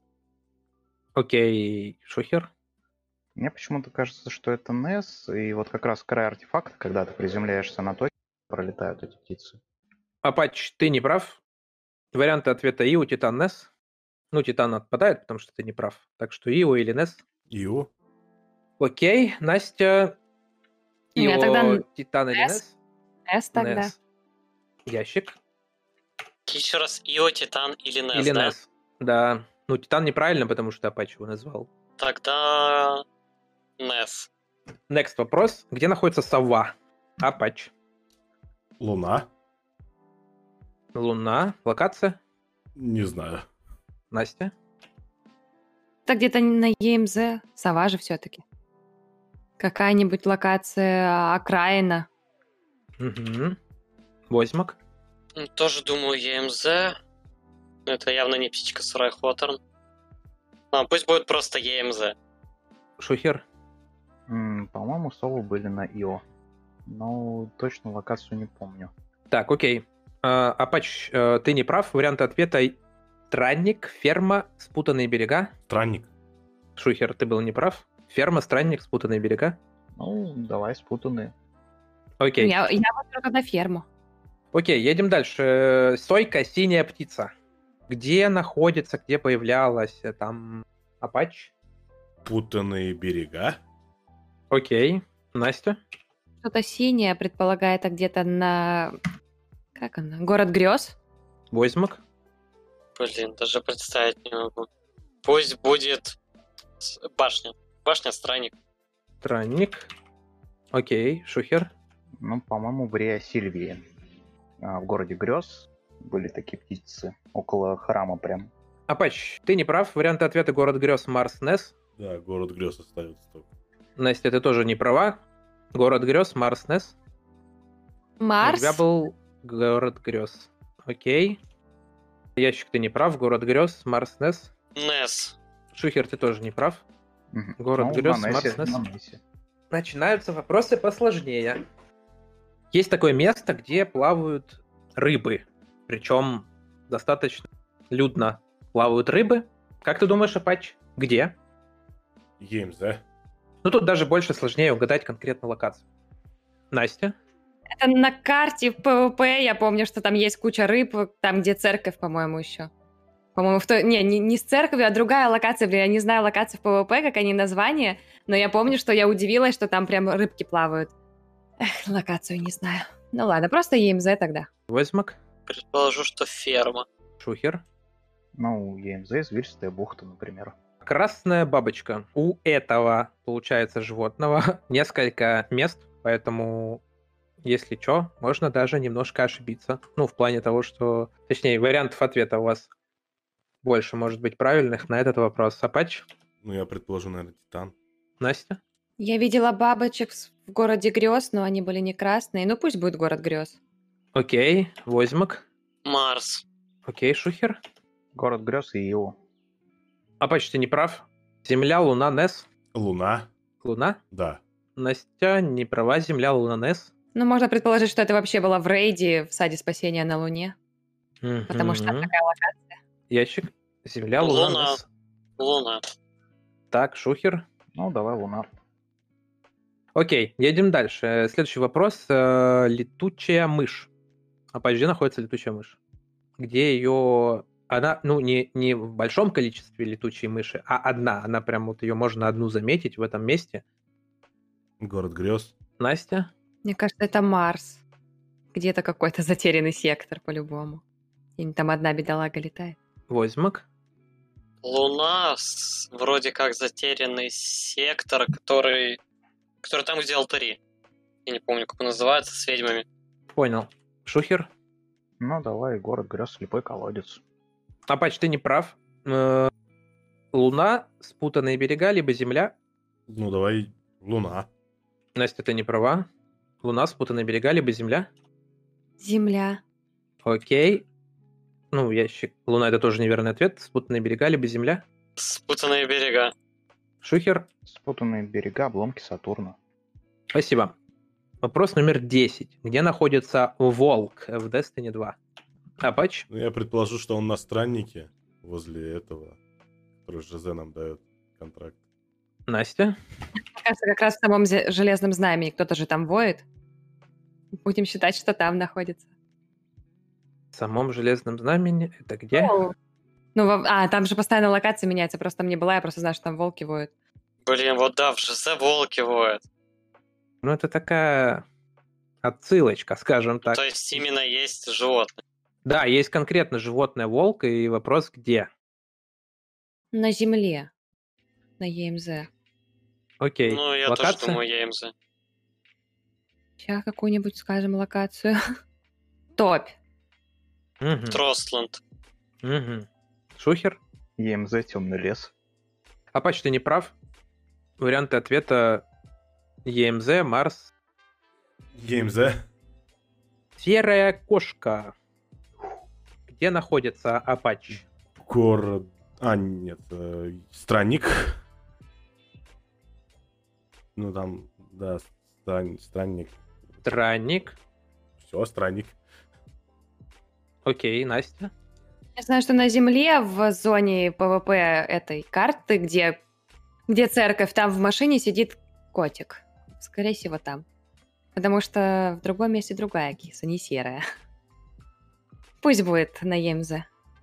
Окей, Шухер? Мне почему-то кажется, что это Нес, и вот как раз край артефакта, когда ты приземляешься на точку, пролетают эти птицы. Апач, ты не прав. Варианты ответа Ио, Титан, Нес. Ну, Титан отпадает, потому что ты не прав. Так что Ио или Нес. Ио? Окей, Настя. У меня Ио, тогда н- Титан или Нес. Нес? С тогда. Нес. Ящик. Еще раз, Ио, Титан или Нес, Или да? Нес. Да. Ну, Титан неправильно, потому что Апач его назвал. Тогда Нес. Next вопрос. Где находится сова? Апач. Луна? Луна. Локация. Не знаю. Настя. Это где-то на ЕМЗ. Сова же все-таки. Какая-нибудь локация, окраина. Угу. Возьмок. Ну, Тоже думаю, ЕМЗ. Но это явно не птичка Сарай Хоторн. А, пусть будет просто ЕМЗ. Шухер. М, По-моему, совы были на Ио. Но точно локацию не помню. Так, окей. А, Апач, э, ты не прав. Варианты ответа странник, ферма, спутанные берега. Странник. Шухер, ты был не прав. Ферма, странник, спутанные берега. Ну, давай спутанные. Окей. Я, я выберу тогда ферму. Окей, едем дальше. Сойка, синяя птица. Где находится, где появлялась? э, Там Апач. Путанные берега? Окей. Настя. Что-то синее, предполагаю, это где-то на... Как она? Город грез? Возьмок. Блин, даже представить не могу. Пусть будет с- башня. Башня странник. Странник. Окей. Шухер. Ну, по-моему, в Риа Сильвии. А, в городе грез были такие птицы. Около храма прям. Апач, ты не прав. Варианты ответа город грез, Марс, Нес. Да, город грез остается только. Настя, ты тоже не права. Город грез, Марс, Нес. У Марс? тебя был город грез. Окей. Ящик, ты не прав. Город грез, Марс, Нес. Нес. Шухер, ты тоже не прав. Мгм. Город Ну, грез, на Нессе, Марс, Несс. на Нессе. Начинаются вопросы посложнее. Есть такое место, где плавают рыбы. Причем достаточно людно плавают рыбы. Как ты думаешь, Апач, где? ЕМЗ. Ну, тут даже больше сложнее угадать конкретно локацию. Настя? Это на карте в ПВП, я помню, что там есть куча рыб, там, где церковь, по-моему, еще. По-моему, в той... Не, не, не с церковью, а другая локация. Блин, я не знаю локации в ПВП, как они названия, но я помню, что я удивилась, что там прям рыбки плавают. Эх, локацию не знаю. Ну ладно, просто ЕМЗ тогда. Возьмок? Предположу, что ферма. Шухер? Ну, ЕМЗ, Зверстая бухта, например. Красная бабочка. У этого, получается, животного несколько мест, поэтому Если что, можно даже немножко ошибиться. Ну, в плане того, что... Точнее, вариантов ответа у вас больше может быть правильных на этот вопрос. Апач? Ну, я предположу, наверное, Титан. Настя? Я видела бабочек в в городе грез, но они были не красные. Ну пусть будет город грез. Окей. Возьмак? Марс. Окей. Шухер? Город грез и Ио. Апач, ты не прав. Земля, Луна, Нес. Луна? Луна? Да. Настя не права. Земля, Луна, Нес. Ну, можно предположить, что это вообще было в рейде в Саде Спасения на Луне. Потому что там Мгм. такая локация. Ящик. Земля, Луна, Луна. Нес. Луна. Так, Шухер. Ну, давай Луна. Окей, едем дальше. Э, Следующий вопрос. Э, Летучая мышь. Апач, где находится летучая мышь? Где ее... Она, ну, не, не в большом количестве летучей мыши, а одна. Она прям вот ее можно одну заметить в этом месте. Город грез. Настя? Мне кажется, это Марс. Где-то какой-то затерянный сектор по-любому. И там одна бедолага летает. Возьмак? Луна с- вроде как затерянный сектор, который... Который там, где алтари. Я не помню, как он называется, с ведьмами. Понял. Шухер? Ну, давай город грез, слепой колодец. Апач, ты не прав. Э, Луна, спутанные берега, либо Земля. Ну, давай Луна. Настя, ты не права. Луна, спутанные берега, либо Земля. Земля. Окей. Ну, ящик. Луна — это тоже неверный ответ. Спутанные берега, либо Земля. Спутанные берега. Шухер? Спутанные берега, обломки Сатурна. Спасибо. Вопрос номер десять. Где находится Волк в Destiny два? Апач? Ну, я предположу, что он на страннике возле этого, который Жозе нам дает контракт. Настя? Мне кажется, как раз в самом зе- железном знамени кто-то же там воет. Будем считать, что там находится. В самом Железном Знамени? Это где? Ну, ну, во- а, там же постоянно локация меняется. Просто там не была, я просто знаю, что там волки воют. Блин, вот да, в Жизе волки воют. Ну, это такая отсылочка, скажем так. То есть именно есть животные. Да, есть конкретно животное волк, и вопрос где? На земле. На ЕМЗ. Окей. Ну, я тоже Локация? думаю, ЕМЗ. Сейчас какую-нибудь скажем локацию. Топь. Мгм. Тростланд. Мгм. Шухер? ЕМЗ, темный лес. Апач, ты не прав. Варианты ответа ЕМЗ, Марс. ЕМЗ. Серая кошка. Где находится Апач? Город... А, нет, э, странник. Ну, там, да, стран- странник. Странник. Все, странник. Окей, Настя. Я знаю, что на земле в зоне ПВП этой карты, где, где церковь, там в машине сидит котик. Скорее всего, там. Потому что в другом месте другая киса, не серая. Пусть будет на ЕМЗ.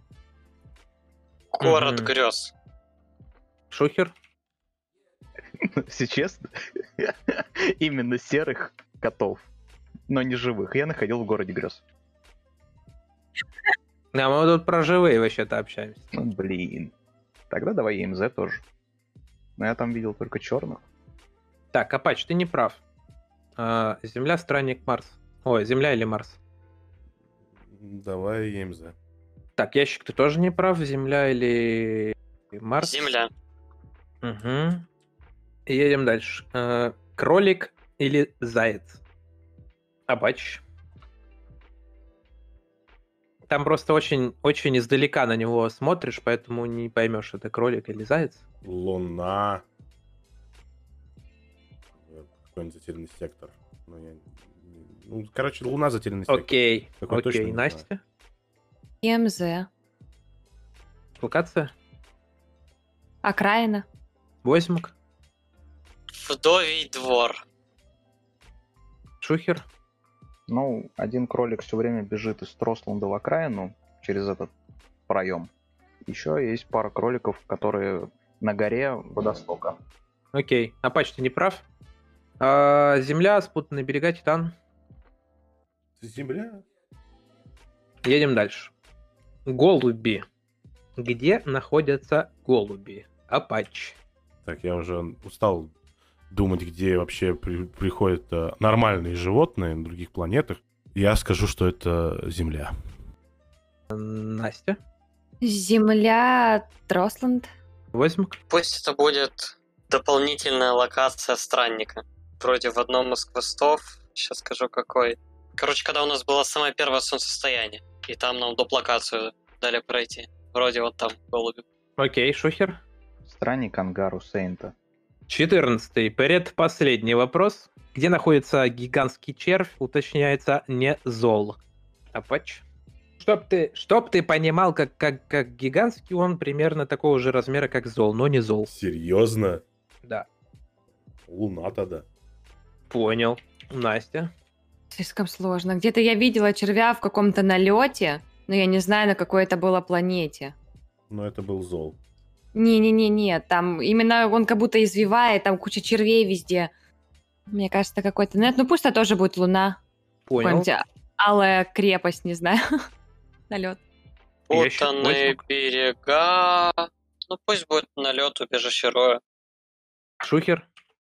Город Мгм. грез. Шухер. Если честно, именно серых котов, но не живых, я находил в городе грез. А мы тут про живые вообще-то общаемся. Ну, блин. Тогда давай ЕМЗ тоже. Но я там видел только черных. Так, Апач, ты не прав. А, Земля, странник, Марс. Ой, Земля или Марс? Давай ЕМЗ. Так, ящик, ты тоже не прав. Земля или Марс? Земля. Угу. Едем дальше. А, кролик или заяц? Апач. Там просто очень, очень издалека на него смотришь, поэтому не поймешь, это кролик или заяц. Луна. Э, Какой-нибудь затерянный сектор. Ну, я... не- ну, короче, Луна затерянный сектор. Окей, Такой точно окей. не Настя? ЕМЗ. Локация? Окраина. Возьмак? Вдовий двор. Шухер? Ну, один кролик все время бежит из Тростланда в окраину через этот проем. Еще есть пара кроликов, которые на горе водостока. Окей. Апач, ты не прав. А, Земля, спутанные берега, Титан. Земля. Едем дальше. Голуби. Где находятся голуби? Апач. Так, я уже устал думать, где вообще при- приходят э, нормальные животные на других планетах, я скажу, что это Земля. Настя? Земля, Тросланд. Возьму. Пусть это будет дополнительная локация странника. Вроде в одном из квестов, сейчас скажу какой. Короче, когда у нас было самое первое солнцестояние, и там нам доп. Локацию дали пройти. Вроде вот там, голуби. Окей, Шухер. Странник Ангару Сейнта. Четырнадцатый. Предпоследний вопрос. Где находится гигантский червь, уточняется, не зол. Апач. Чтоб ты, чтоб ты понимал, как, как, как гигантский, он примерно такого же размера, как зол, но не зол. Серьезно? Да. Луна тогда. Понял. Настя. Слишком сложно. Где-то я видела червя в каком-то налете, но я не знаю, на какой это было планете. Но это был зол. Не-не-не-не, там именно он как будто извивает, там куча червей везде. Мне кажется, какой-то... Нет, ну пусть это тоже будет Луна. Понял. Какая-нибудь алая крепость, не знаю. Налет. Ящик, Путанные Возьму. берега. Ну пусть будет налет убежище Роя. Шухер.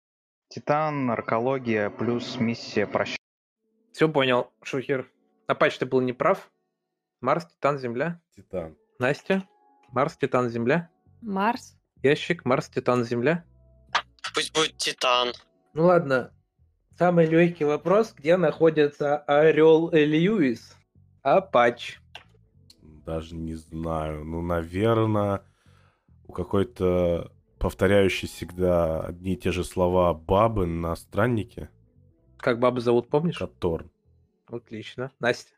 Титан, аркология плюс миссия прощания. Все понял, Шухер. Апач, ты был неправ. Марс, Титан, Земля. Титан. Настя. Марс, Титан, Земля. Марс. Ящик. Марс, Титан, Земля. Пусть будет Титан. Ну ладно. Самый легкий вопрос. Где находится Орел Льюис? Апач. Даже не знаю. Ну, наверное, у какой-то повторяющей всегда одни и те же слова бабы на страннике. Как бабу зовут, помнишь? Каторн. Отлично. Настя.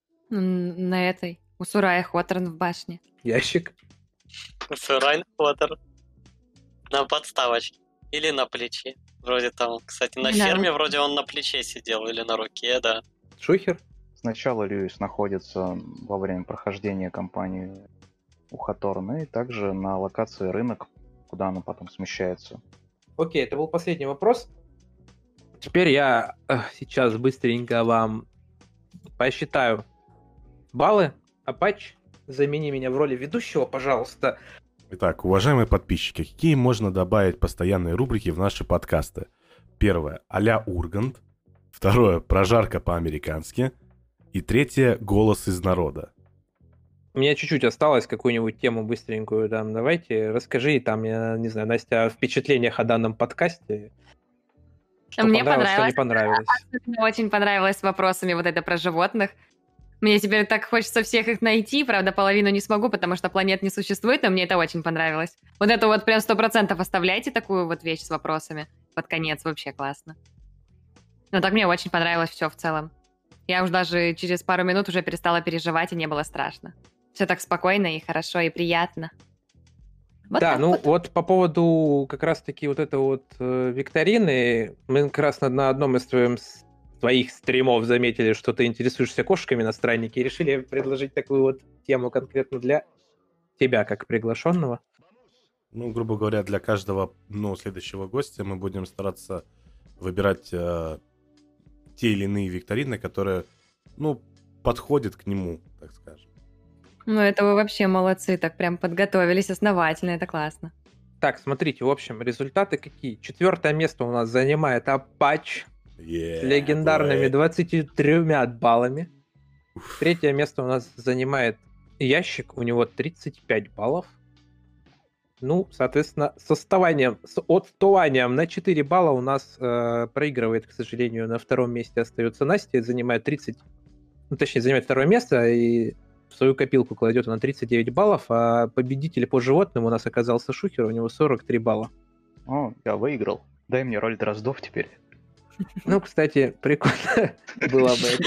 М, На этой. У Сурая Хоторн в башне. Ящик. Райн Поттер. На подставочке. Или на плече. Вроде там, кстати, на Да. ферме вроде он на плече сидел. Или на руке, да. Шухер. Сначала Льюис находится во время прохождения кампании у Хаторна и также на локации рынок, куда она потом смещается. Окей, это был последний вопрос. Теперь я э, сейчас быстренько вам посчитаю баллы. Апач, замени меня в роли ведущего, пожалуйста. Итак, уважаемые подписчики, какие можно добавить постоянные рубрики в наши подкасты? Первое, а-ля Ургант. Второе, прожарка по-американски. И третье, голос из народа. У меня чуть-чуть осталось какую-нибудь тему быстренькую там. Давайте, расскажи там, я не знаю, Настя, о впечатлениях о данном подкасте. Что Мне понравилось, что не понравилось. понравилось. Мне очень понравилось с вопросами вот это про животных. Мне теперь так хочется всех их найти, правда, половину не смогу, потому что планет не существует, но мне это очень понравилось. Вот это вот прям сто процентов оставляйте такую вот вещь с вопросами. Под конец вообще классно. Но так мне очень понравилось все в целом. Я уж даже через пару минут уже перестала переживать, и не было страшно. Все так спокойно и хорошо, и приятно. Вот Да, так ну вот. вот по поводу как раз-таки вот этой вот э, викторины, мы как раз на, на одном из твоим, с- твоих стримов заметили, что ты интересуешься кошками на страннике, и решили предложить такую вот тему конкретно для тебя, как приглашенного. Ну, грубо говоря, для каждого ну, следующего гостя мы будем стараться выбирать э, те или иные викторины, которые, ну, подходят к нему, так скажем. Ну, это вы вообще молодцы, так прям подготовились основательно, это классно. Так, смотрите, в общем, результаты какие? Четвертое место у нас занимает Апач Yeah, с легендарными boy. двадцатью тремя баллами. Третье место у нас занимает Ящик, у него тридцать пять баллов. Ну, соответственно, с отставанием, с отставанием на четыре балла у нас э, проигрывает, к сожалению, на втором месте остается Настя, занимает тридцать, ну, точнее, занимает второе место, и в свою копилку кладет она тридцать девять баллов, а победитель по животным у нас оказался Шухер, у него сорок три балла. О, я выиграл. Дай мне роль Дроздов теперь. Ну, кстати, прикольно было бы это.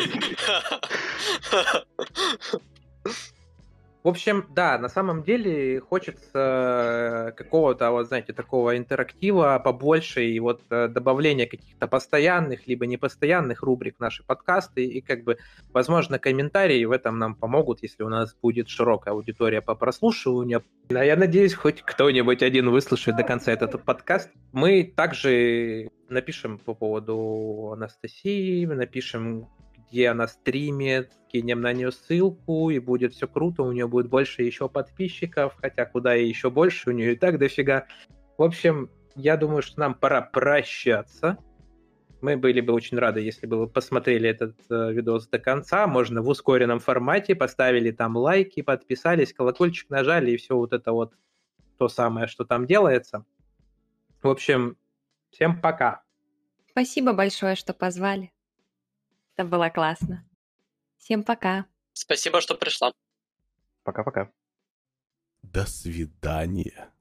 В общем, да, на самом деле хочется какого-то, вот знаете, такого интерактива побольше и вот э, добавления каких-то постоянных либо непостоянных рубрик в наши подкасты, и как бы, возможно, комментарии в этом нам помогут, если у нас будет широкая аудитория по прослушиванию. А я надеюсь, хоть кто-нибудь один выслушает до конца этот подкаст. Мы также напишем по поводу Анастасии, напишем, где она стримит, кинем на нее ссылку, и будет все круто, у нее будет больше еще подписчиков, хотя куда и еще больше, у нее и так дофига. В общем, я думаю, что нам пора прощаться. Мы были бы очень рады, если бы вы посмотрели этот э, видос до конца. Можно в ускоренном формате, поставили там лайки, подписались, колокольчик нажали и все вот это вот то самое, что там делается. В общем, всем пока. Спасибо большое, что позвали. Это было классно. Всем пока. Спасибо, что пришла. Пока-пока. До свидания.